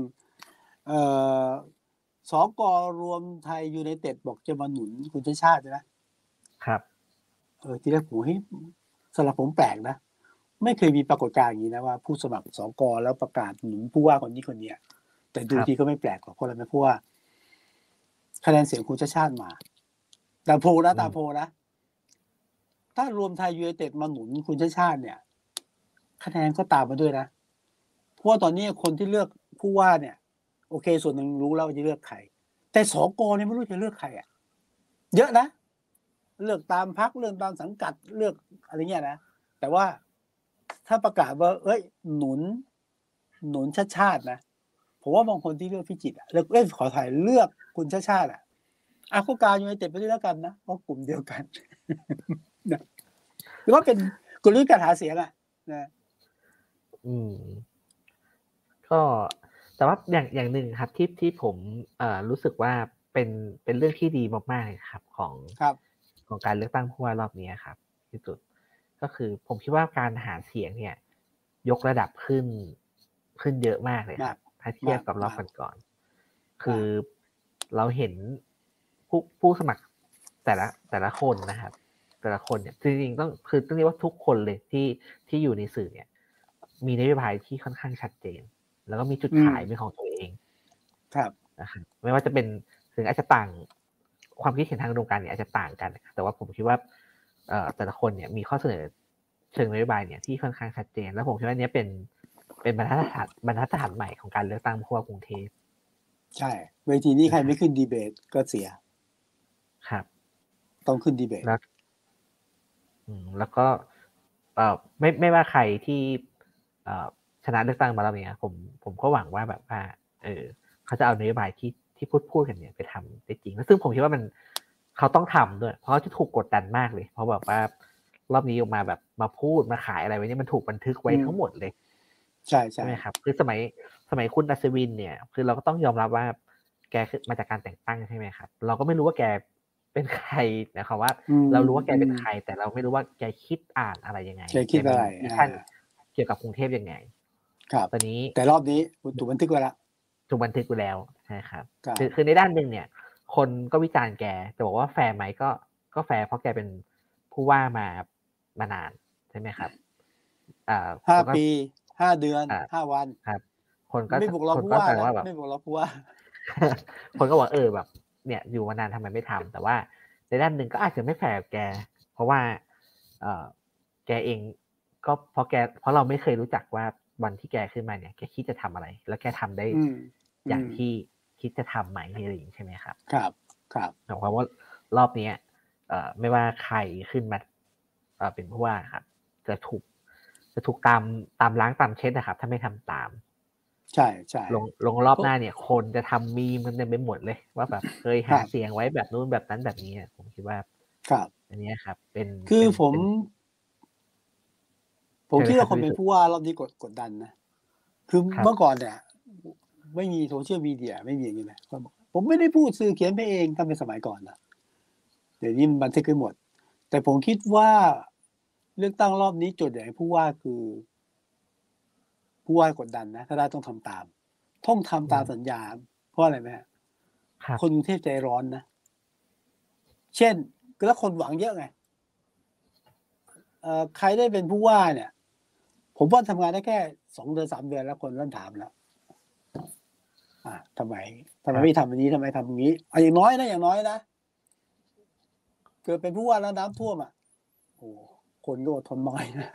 สก.รวมไทยยูไนเต็ดบอกจะมาหนุนคุณชัชชาติใช่ไหมครับทีแรกผมสำหรับผมแปลกนะไม่เคยมีปรากฏการณ์อย่างนี้นะว่าผู้สมัครสก.แล้วประกาศหนุนผู้ว่าคนนี้แต่ดูทีก็ไม่แปลกหรอกเพราะอะไรไหมเพราะว่าคะแนนเสียงคุณชัชชาติมาตามโพลนะถ้ารวมไทยยูไนเต็ดมาหนุนคุณชัชชาติเนี่ยคะแนนก็ตามมาด้วยนะเพราะว่าตอนนี้คนที่เลือกผู้ว่าเนี่ยโอเคส่วนหนึ่งรู้แล้วว่าจะเลือกใครแต่สก.เนี่ยไม่รู้จะเลือกใครเยอะนะเลือกตามพรรคเลือกตามสังกัดเลือกอะไรเงี้ยนะแต่ว่าถ้าประกาศว่าหนุนชัชชาตินะผมว่าบางคนที่เลือกพิจิตรเลือกขอถ่ายเลือกคุณชัชชาติก็การยูไนเต็ดไปด้วยแล้วกันนะเพราะกลุ่มเดียวกันหรือว่าเป็นกลยุทธ์การหาเสียงนะอืมก็แต่ว่าอย่างหนึ่งครับที่ผมรู้สึกว่าเป็นเรื่องที่ดีมากๆเลยครับของการเลือกตั้งผู้ว่ารอบนี้ครับที่สุดก็คือผมคิดว่าการหาเสียงเนี่ยยกระดับขึ้นเยอะมากเลยครับถ้าเทียบกับรอบก่อนๆคือเราเห็นผู้สมัครแต่ละคนนะครับแต่ละคนเนี่ยจริงๆต้องเรียกว่าทุกคนเลยที่อยู่ในสื่อเนี่ยมีนโยบายที่ค่อนข้างชัดเจนแล้วก็มีจุดขายเป็นของตัวเองนะครับไม่ว่าจะเป็นถึงอาจจะต่างความคิดเห็นทางอุดมการณ์เนี่ยอาจจะต่างกันแต่ว่าผมคิดว่าแต่ละคนเนี่ยมีข้อเสนอเชิงนโยบายเนี่ยที่ค่อนข้างชัดเจนแล้วผมคิดว่านี้เป็นบรรทัดฐานใหม่ของการเลือกตั้งผู้ว่ากรุงเทพใช่เวทีนี้ใครไม่ขึ้นดีเบตก็เสียครับต้องขึ้นดีเบตแล้วก็ไม่ว่าใครที่ชนะเลือกตั้งมาแล้วเนี่ยผมก็หวังว่าแบบว่าเขาจะเอานโยบายที่พูดกันเนี่ยไปทำได้จริงซึ่งผมคิดว่าเขาต้องทำด้วยเพราะเขาจะถูกกดดันมากเลยเพราะแบบว่ารอบนี้ออกมาแบบมาพูดมาขายอะไรไว้นี่มันถูกบันทึกไว้ทั้งหมดเลยใช่ไหมครับคือสมัยคุณอัศวินเนี่ยคือเราก็ต้องยอมรับว่าแกคือมาจากการแต่งตั้งใช่ไหมครับเราก็ไม่รู้ว่าแกเป็นใครนะครับว่าเรารู้ว่าแกเป็นใครแต่เราไม่รู้ว่าแกคิดอ่านอะไรยังไงแกคิดอะไรเกี่ยวกับกรุงเทพยังไงครับตอนนี้แต่รอบนี้ถูกบันทึกไว้แล้วถูกบันทึกไว้แล้วใช่ครับคือในด้านหนึ่งเนี่ยคนก็วิจารณ์แกจะบอกว่าแฟร์ไหมก็แฟร์เพราะแกเป็นผู้ว่ามานานใช่ไหมครับ 5 ปี5 เดือน5 วันครับคนก็ไม่บวกเราผู้ว่านะไม่บวกเราผู้ว่าคนก็บอกแบบเนี่ยอยู่มานานทำไมไม่ทำแต่ว่าในด้านหนึ่งก็อาจจะไม่แฟร์กับแกเพราะว่าแกเองก็เพราะเราไม่เคยรู้จักว่าวันที่แกขึ้นมาเนี่ยแกคิดจะทำอะไรแล้วแกทำได้อย่างที่คิดจะทำไหมอะไรอย่างนี้ใช่ไหมครับครับหมายความว่ารอบนี้ไม่ว่าใครขึ้นมาเป็นผู้ว่าครับจะถูกตามล้างตามเช็ดนะครับถ้าไม่ทำตามใช่ลงรอบหน้าเนี่ยคนจะทำมีมันเต็มไปหมดเลยว่าแบบเคยหาเสียงไว้แบบนู้นแบบนั้นแบบนี้ผมคิดว่าอันนี้ครับเป็นคือผมคิดว่าคนเป็นผู้ว่ารอบนี้กดดันนะคือเมื่อก่อนเนี่ยไม่มีโซเชียลมีเดียไม่มีอย่างนี้นะผมไม่ได้พูดสื่อเขียนไปเองถ้าเป็นสมัยก่อนนะเดี๋ยวนี้มันบันทึกไว้หมดแต่ผมคิดว่าเลือกตั้งรอบนี้โจทย์ใหญ่ผู้ว่าคือผู้ว่ากดดันนะถ้าได้ต้องทำตามสัญญาเพราะอะไรไหมคนกรุงเทพใจร้อนนะเช่นก็แล้วคนหวังเยอะไงใครได้เป็นผู้ว่าเนี่ยผมว่าทำงานได้แค่2 เดือน 3 เดือนแล้วคนเริ่มถามแล้วทำไมไม่ทำอันนี้ทำไมทำอย่างนี้อย่างน้อยนะเกิดเป็นผู้ว่าแล้วน้ำท่วมโอ้คนก็อดทนน้อยนะ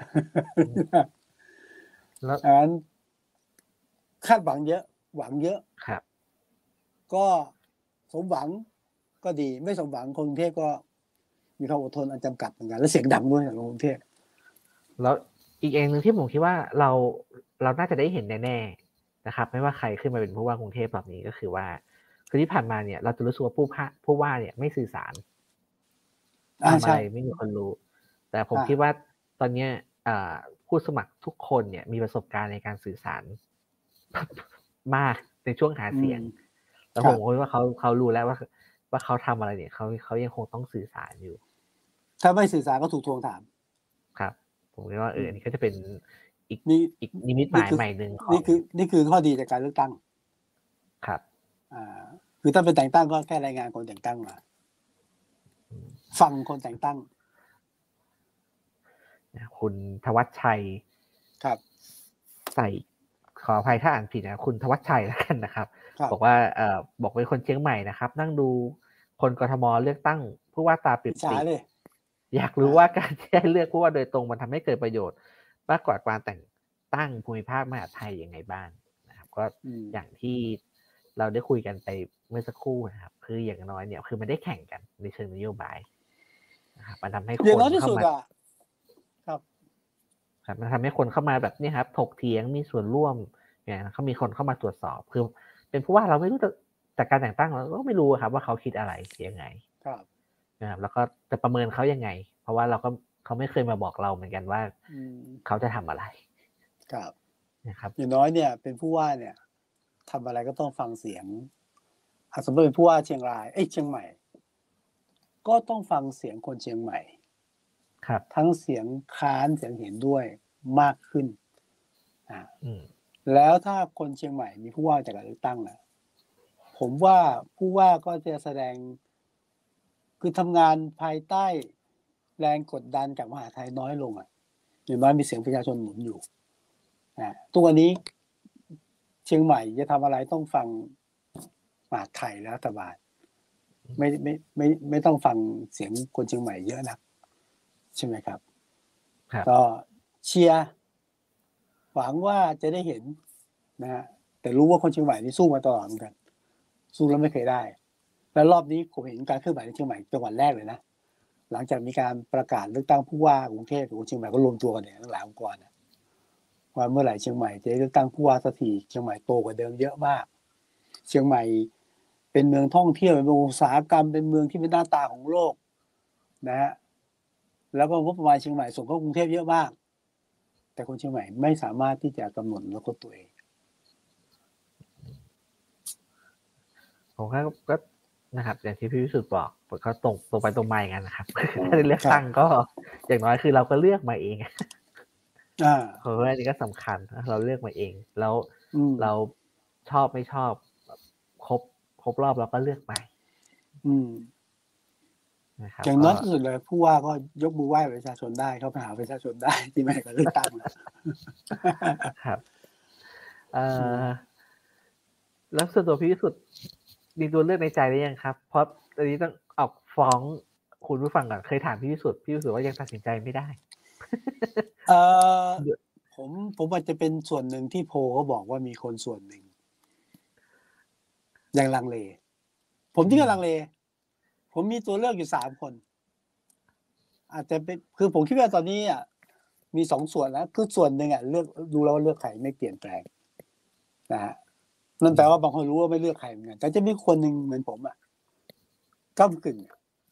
แล้วคาดหวังเยอะครับก็สมหวังก็ดีไม่สมหวังคนกรุงเทพก็มีความอดทนอันจำกัดเหมือนกันและเสียงดังด้วยของกรุงเทพแล้วอีกเองหนึ่งที่ผมคิดว่าเราน่าจะได้เห็นแน่ๆนะครับไม่ว่าใครขึ้นมาเป็นผู้ว่ากรุงเทพแบบนี้ก็คือว่าคือที่ผ่านมาเนี่ยเราจะรู้สึกว่าผู้ว่าเนี่ยไม่สื่อสารทำอะไรไม่มีคนรู้แต่ผมคิดว่าตอนนี้ผู้สมัครทุกคนเนี่ยมีประสบการณ์ในการสื่อสารมากในช่วงหาเสียงแล้วผมคิดว่าเขารู้แล้วว่าเขาทำอะไรเนี่ยเขายังคงต้องสื่อสารอยู่ถ้าไม่สื่อสารก็ถูกทวงถามครับผมคิดว่าอันนี้ก็จะเป็นอีกนิมิตหมายใหม่หนึ่งนี่คือข้อดีจากการเลือกตั้งครับคือถ้าเป็นแต่งตั้งก็แค่รายงานคนแต่งตั้งมาฟังคนแต่งตั้งคุณธวัชชัยครับใส่ขออภัยถ้าอ่านผิดนะคุณธวัชชัยแล้วกันนะครับบอกว่าบอกเป็นคนเชียงใหม่นะครับนั่งดูคนกทมเลือกตั้งผู้ว่าตาปิดอยากรู้ว่าการที่ได้เลือกผู้ว่าโดยตรงมันทำให้เกิดประโยชน์มากกว่าการแต่งตั้งภูมิภาคมหาไทยยังไงบ้างนะครับก็อย่างที่เราได้คุยกันไปเมื่อสักครู่นะครับคืออย่างน้อยเนี่ยคือมันได้แข่งกันในเชิงนโยบายนะครับมันทำให้คนเข้ามาครับมันทำให้คนเข้ามาแบบนี้ครับถกเถียงมีส่วนร่วมเนี่ยเขามีคนเข้ามาตรวจสอบคือเป็นผู้ว่าเราไม่รู้จากการแต่งตั้งเราก็ไม่รู้ครับว่าเขาคิดอะไรยังไงนะครับแล้วก็จะประเมินเขายังไงเพราะว่าเราก็เขาไม่เคยมาบอกเราเหมือนกันว่าเขาจะทำอะไรครับนะครับอย่างน้อยเนี่ยเป็นผู้ว่าเนี่ยทำอะไรก็ต้องฟังเสียงสมมติเป็นผู้ว่าเชียงรายเชียงใหม่ก็ต้องฟังเสียงคนเชียงใหม่ครับทั้งเสียงค้านเสียงเห็นด้วยมากขึ้นแล้วถ้าคนเชียงใหม่มีผู้ว่าจากการเลือกตั้งนะผมว่าผู้ว่าก็จะแสดงคือทำงานภายใต้แรงกดดันจากมหาไทยน้อยลงอย่างน้อยมีเสียงประชาชนหนุนอยู่ทุกวันนี้เชียงใหม่จะทำอะไรต้องฟังมหาไทยและรัฐบาลไม่ต้องฟังเสียงคนเชียงใหม่เยอะนะใช่ไหมครับก็เชียร์หวังว่าจะได้เห็นนะฮะแต่รู้ว่าคนเชียงใหม่นี่สู้มาตลอดเหมือนกันสู้แล้วไม่เคยได้แล้วรอบนี้ผมเห็นการเคลื่อนไหวในเชียงใหม่จังหวัดแรกเลยนะหลังจากมีการประกาศเลือกตั้งผู้ว่ากรุงเทพกับเชียงใหม่ก็รวมตัวกันเนี่ยทั้งหลายองค์กรว่าเมื่อไหร่เชียงใหม่จะเลือกตั้งผู้ว่าสักทีเชียงใหม่โตกว่าเดิมเยอะมากเชียงใหม่เป็นเมืองท่องเที่ยวเป็นเมืองอุตสาหกรรมเป็นเมืองที่เป็นหน้าตาของโลกนะฮะแล้วก็งบประมาณเชียงใหม่ส่งเข้ากรุงเทพเยอะมากแต่คนเชียงใหม่ไม่สามารถที่จะกำหนดอนาคตตัวเองผมก็นะครับอย่างที่พี่วิสุทธิ์บอกก็ตรงไปตรงมาอย่างนั้นนะครับถ้าได้เลือกตั้งก็อย่างน้อยคือเราก็เลือกมาเองเพราะว่าอันนี้ก็สำคัญเราเลือกมาเองแล้วเราชอบไม่ชอบครบรอบเราก็เลือกใหม่นะครับอย่างน้อยที่สุดเลยผู้ว่าก็ยกมือไหว้ประชาชนได้เข้าไปหาประชาชนได้ที่ไม่ก็เลือกตั้งครับแล้วส่วนตัวพี่วิสุทธิ์มีตัวเลือกในใจหรือยังครับเพราะตอนนี้ต้องออกฟ้องคุณผู้ฟังก่อนเคยถามพี่วิสุทธิ์ว่ายังตัดสินใจไม่ได้ผมอาจจะเป็นส่วนหนึ่งที่โพเขาบอกว่ามีคนส่วนหนึ่งยังลังเลผมที่ก็ลังเลผมมีตัวเลือกอยู่3 คนอาจจะเป็นคือผมคิดว่าตอนนี้มี2 ส่วนแล้วคือส่วนหนึ่งเลือกดูแล้วว่าเลือกใครไม่เปลี่ยนแปลงนะฮะนั่นแปลว่าบางคนรู้ว่าไม่เลือกใครเหมือนกันแต่จะมีคนหนึ่งเหมือนผมก้ำกึ่ง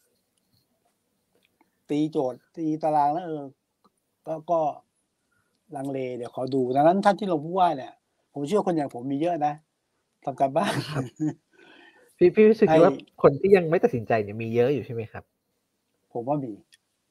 ตีโจทย์ตีตารางแล้วก็ลังเลเดี๋ยวขอดูดังนั้นท่านที่ลงผู้ว่าเนี่ยผมเชื่อคนอย่างผมมีเยอะนะทำการบ้านพี่รู้สึกว่าคนที่ยังไม่ตัดสินใจเนี่ยมีเยอะอยู่ใช่ไหมครับผมว่ามี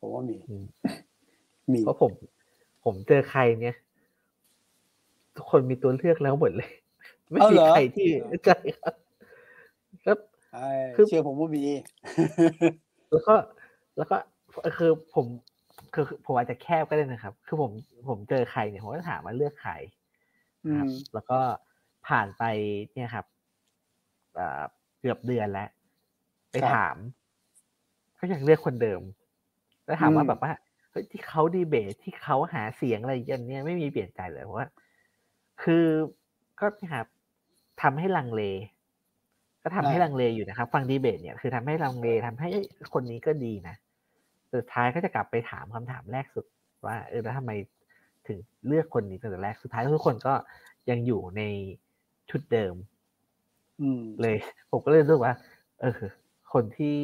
เพราะผมเจอใครเนี่ยทุกคนมีตัวเลือกแล้วหมดเลยไม่มีใครที่ใจครับคือเชื่อผมว่ามีแล้วก็คือผมอาจจะแคบก็ได้นะครับคือผมเจอใครเนี่ยผมก็ถามว่าเลือกใครครับแล้วก็ผ่านไปเนี่ยครับเกือบเดือนแล้วไปถามก็ยังเลือกคนเดิมแล้วถามว่าแบบว่าเฮ้ยที่เขาดีเบตที่เขาหาเสียงอะไรอย่างเนี้ยไม่มีเปลี่ยนใจเลยเพราะว่าคือก็ครับทำให้ลังเลก็ทำให้ลังเลอยู่นะครับฟังดีเบตเนี่ยคือทำให้ลังเลทำให้คนนี้ก็ดีนะสุดท้ายก็จะกลับไปถามคำถามแรกสุดว่าแล้วทำไมถึงเลือกคนนี้ตั้งแต่แรกสุดท้ายทุกคนก็ยังอยู่ในชุดเดิมเลยผมก็เลยรู้สึกว่าคนที่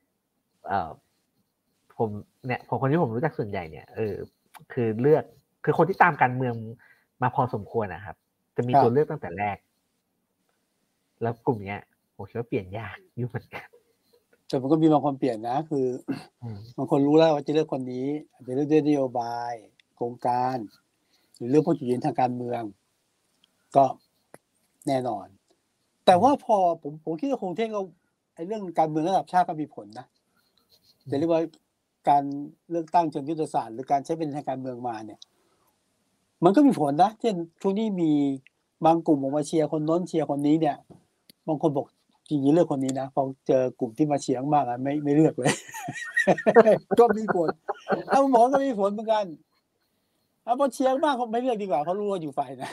ผมเนี่ยคนที่ผมรู้จักส่วนใหญ่เนี่ยคือเลือกคือคนที่ตามการเมืองมาพอสมควรนะครับจะมีตัวเลือกตั้งแต่แรกแล้วกลุ่มเนี้ยผมคิดว่าเปลี่ยนยากอยู่เหมือนกันแต่มันก็มีบางคนเปลี่ยนนะคือบางคนรู้แล้วว่าจะเลือกคนนี้อาจจะเลือกด้วยนโยบายโครงการหรือเรื่องผู้จุดยืนทางการเมืองก็แน่นอนแต่ว่าพอผมคิดว่าคงเท่งก็ไอ้เรื่องการเมืองระดับชาติก็มีผลนะจะเรียกว่าการเลือกตั้งเชิงยุทธศาสตร์หรือการใช้เป็นทางการเมืองมาเนี่ยมันก็มีผลนะเช่นช่วงนี้มีบางกลุ่มออกมาเชียร์คนโน้นเชียร์คนนี้เนี่ยบางคนบอกจริงๆเลือกคนนี้นะพอเจอกลุ่มที่มาเชียร์มากไม่เลือกเลย ก็มีผลเอาหมอก็มีผลเหมือนกันเอาพอเชียร์มากเขาไม่เลือกดีกว่าเขารู้ว่าอยู่ฝ่ายไหน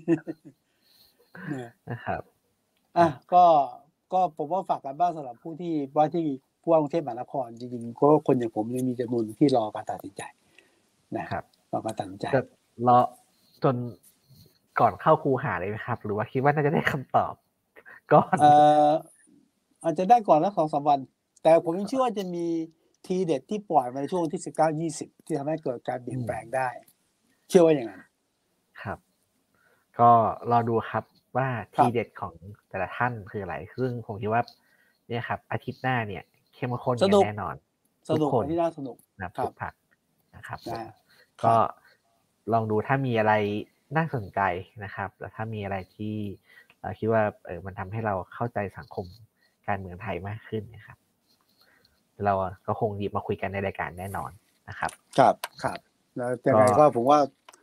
เนี่ยนะครับก็ผมว่าฝากกันบ้างสำหรับผู้ที่ว่าที่ผู้ว่ากรุงเทพมหานครจริงๆก็คนอย่างผมยังมีจำนวนที่รอการตัดสินใจนะครับรอการตัดสินใจรอจนก่อนเข้าคูหาเลยไหมครับหรือว่าคิดว่าน่าจะได้คำตอบก่อนอาจจะได้ก่อนแล้ว2-3 วันแต่ผมยังเชื่อว่าจะมีทีเด็ดที่ปล่อยมาในช่วงที่19-20ที่ทำให้เกิดการเปลี่ยนแปลงได้เชื่อว่าอย่างนั้นครับก็รอดูครับว่าครัทีบเด็ดของแต่ละท่านคืออะไรซึ่งผมคิดว่าเนี่ยครับอาทิตย์หน้าเนี่ยเข้มข้นสกันนุกแน่นอนสทุกนุกคนอันที่น่าสนุกนะครับครัทุบกพรรคนะครับผมนะคก็รับลองดูถ้ามีอะไรน่าสนใจนะครับแล้วถ้ามีอะไรที่คิดว่ามันทำให้เราเข้าใจสังคมการเมืองไทยมากขึ้นนะครับเราก็คงหยิบมาคุยกันในรายการแน่นอนนะครับครับครับแล้วยังไงก็ผมว่า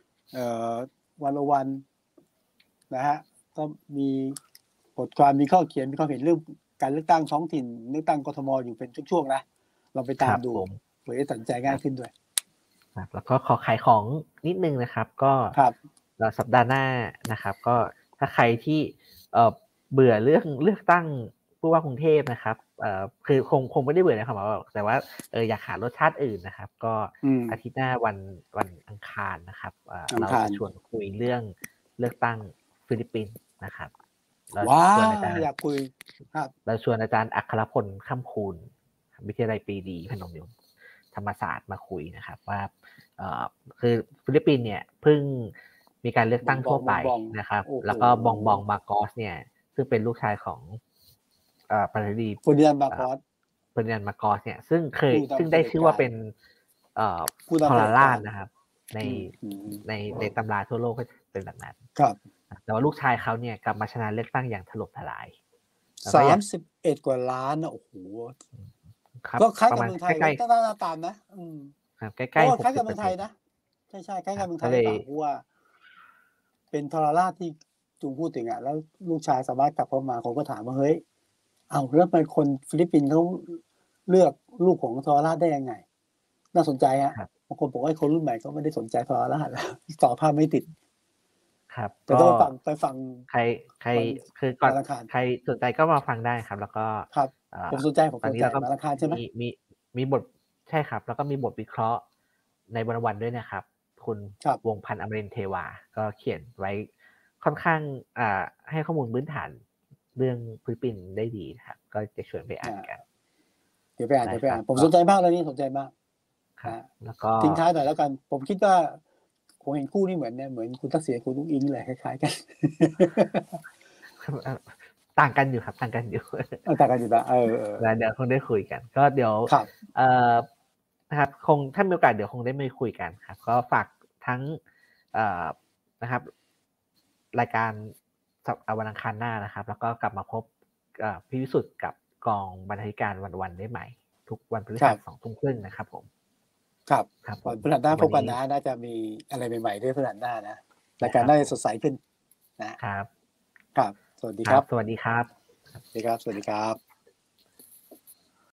วันนะฮะก็มีบทความมีข้อเขียนมีข้อเห็นเรื่องการเลือกตั้งท้องถิ่นเลือกตั้งกทมอยู่เป็นช่วงๆนะเราไปตามดูเพื่อให้ตัดใจง่ายขึ้นด้วยครับแล้วก็ขอขายของนิดนึงนะครับก็สัปดาห์หน้านะครับก็ถ้าใครที่เบื่อเรื่องเลือกตั้งผู้ว่ากรุงเทพนะครับคือคงไม่ได้เบื่อนะครับแต่ว่าอยากหารสชาติอื่นนะครับก็อาทิตย์หน้าวันอังคารนะครับเราจะชวนคุยเรื่องเลือกตั้งฟิลิปปินส์นะครับว้าวอยากคุยครับเราชวนอาจารย์อัครพลค่ำคูณวิทยาลัยปรีดีพนมยงค์ธรรมศาสตร์มาคุยนะครับว่าคือฟิลิปปินส์เนี่ยเพิ่งมีการเลือกตั้งทั่วไปนะครับแล้วก็บองมาโกสเนี่ยซึ่งเป็นลูกชายของประธานาธิบดีเฟอร์ดินานด์มาโกสเนี่ยซึ่งได้ชื่อว่าเป็นทรราชนะครับในตำราทั่วโลกก็เป็นแบบนั้นครับแต่ว่าลูกชายเขาเนี่ยกลับมาชนะเลือกตั้งอย่างถล่มทลาย 31 กว่าล้านโอ้โหก็คล้ายกับเมืองไทยก็น่าตามนะใกล้ๆคล้ายกับเมืองไทยนะใช่ใกล้กับเมืองไทยเพราะว่าเป็นทรราชที่จุงพูดถึงอ่ะแล้วลูกชายสามารถกลับเข้ามาผมก็ถามว่าเฮ้ยเอาแล้วทำไมคนฟิลิปปินส์เขาเลือกลูกของทรราชได้ยังไงน่าสนใจฮะบางคนบอกว่าคนรุ่นใหม่ก็ไม่ได้สนใจทรราชแล้วต่อภาพไม่ติดครับแต่ต้องไปฟังใครคือก่อนใครสนใจก็มาฟังได้ครับแล้วก็ครับผมสนใจมาราคาใช่ไหมมีบทใช่ครับแล้วก็มีบทวิเคราะห์ในวันด้วยนะครับคุณวงพันธ์อมรินทร์เทวาก็เขียนไว้ค่อนข้างให้ข้อมูลพื้นฐานเรื่องฟิลิปปินส์ได้ดีครับก็จะชวนไปอ่านกันเดี๋ยวไปอ่านผมสนใจมากเลยนี่สนใจมากแล้วก็ทิ้งท้ายหน่อยแล้วกันผมคิดว่าผมเห็นคู่นี้เหมือนคุณทักษิณคุณอุ้งอิงเลยคล้ายๆกันต่างกันอยู่ครับต่างกันอยู่นะเดี๋ยวคงได้คุยกันก็เดี๋ยวนะครับคงถ้ามีโอกาสเดี๋ยวคงได้มาคุยกันครับก็ฝากทั้งนะครับรายการวันอังคารหน้านะครับแล้วก็กลับมาพบพี่วิสุทธิ์กับกองบรรณาธิการวันได้ใหม่ทุกวันพฤหัส 20:30 น.นะครับผมครับวันพฤหัสหน้าพบกันนะน่าจะมีอะไรใหม่ๆด้วยพฤหัสหน้านะรายการน่าจะสดใสขึ้นนะครับสวัสดีครับสวัสดีครับสวัสดีครับ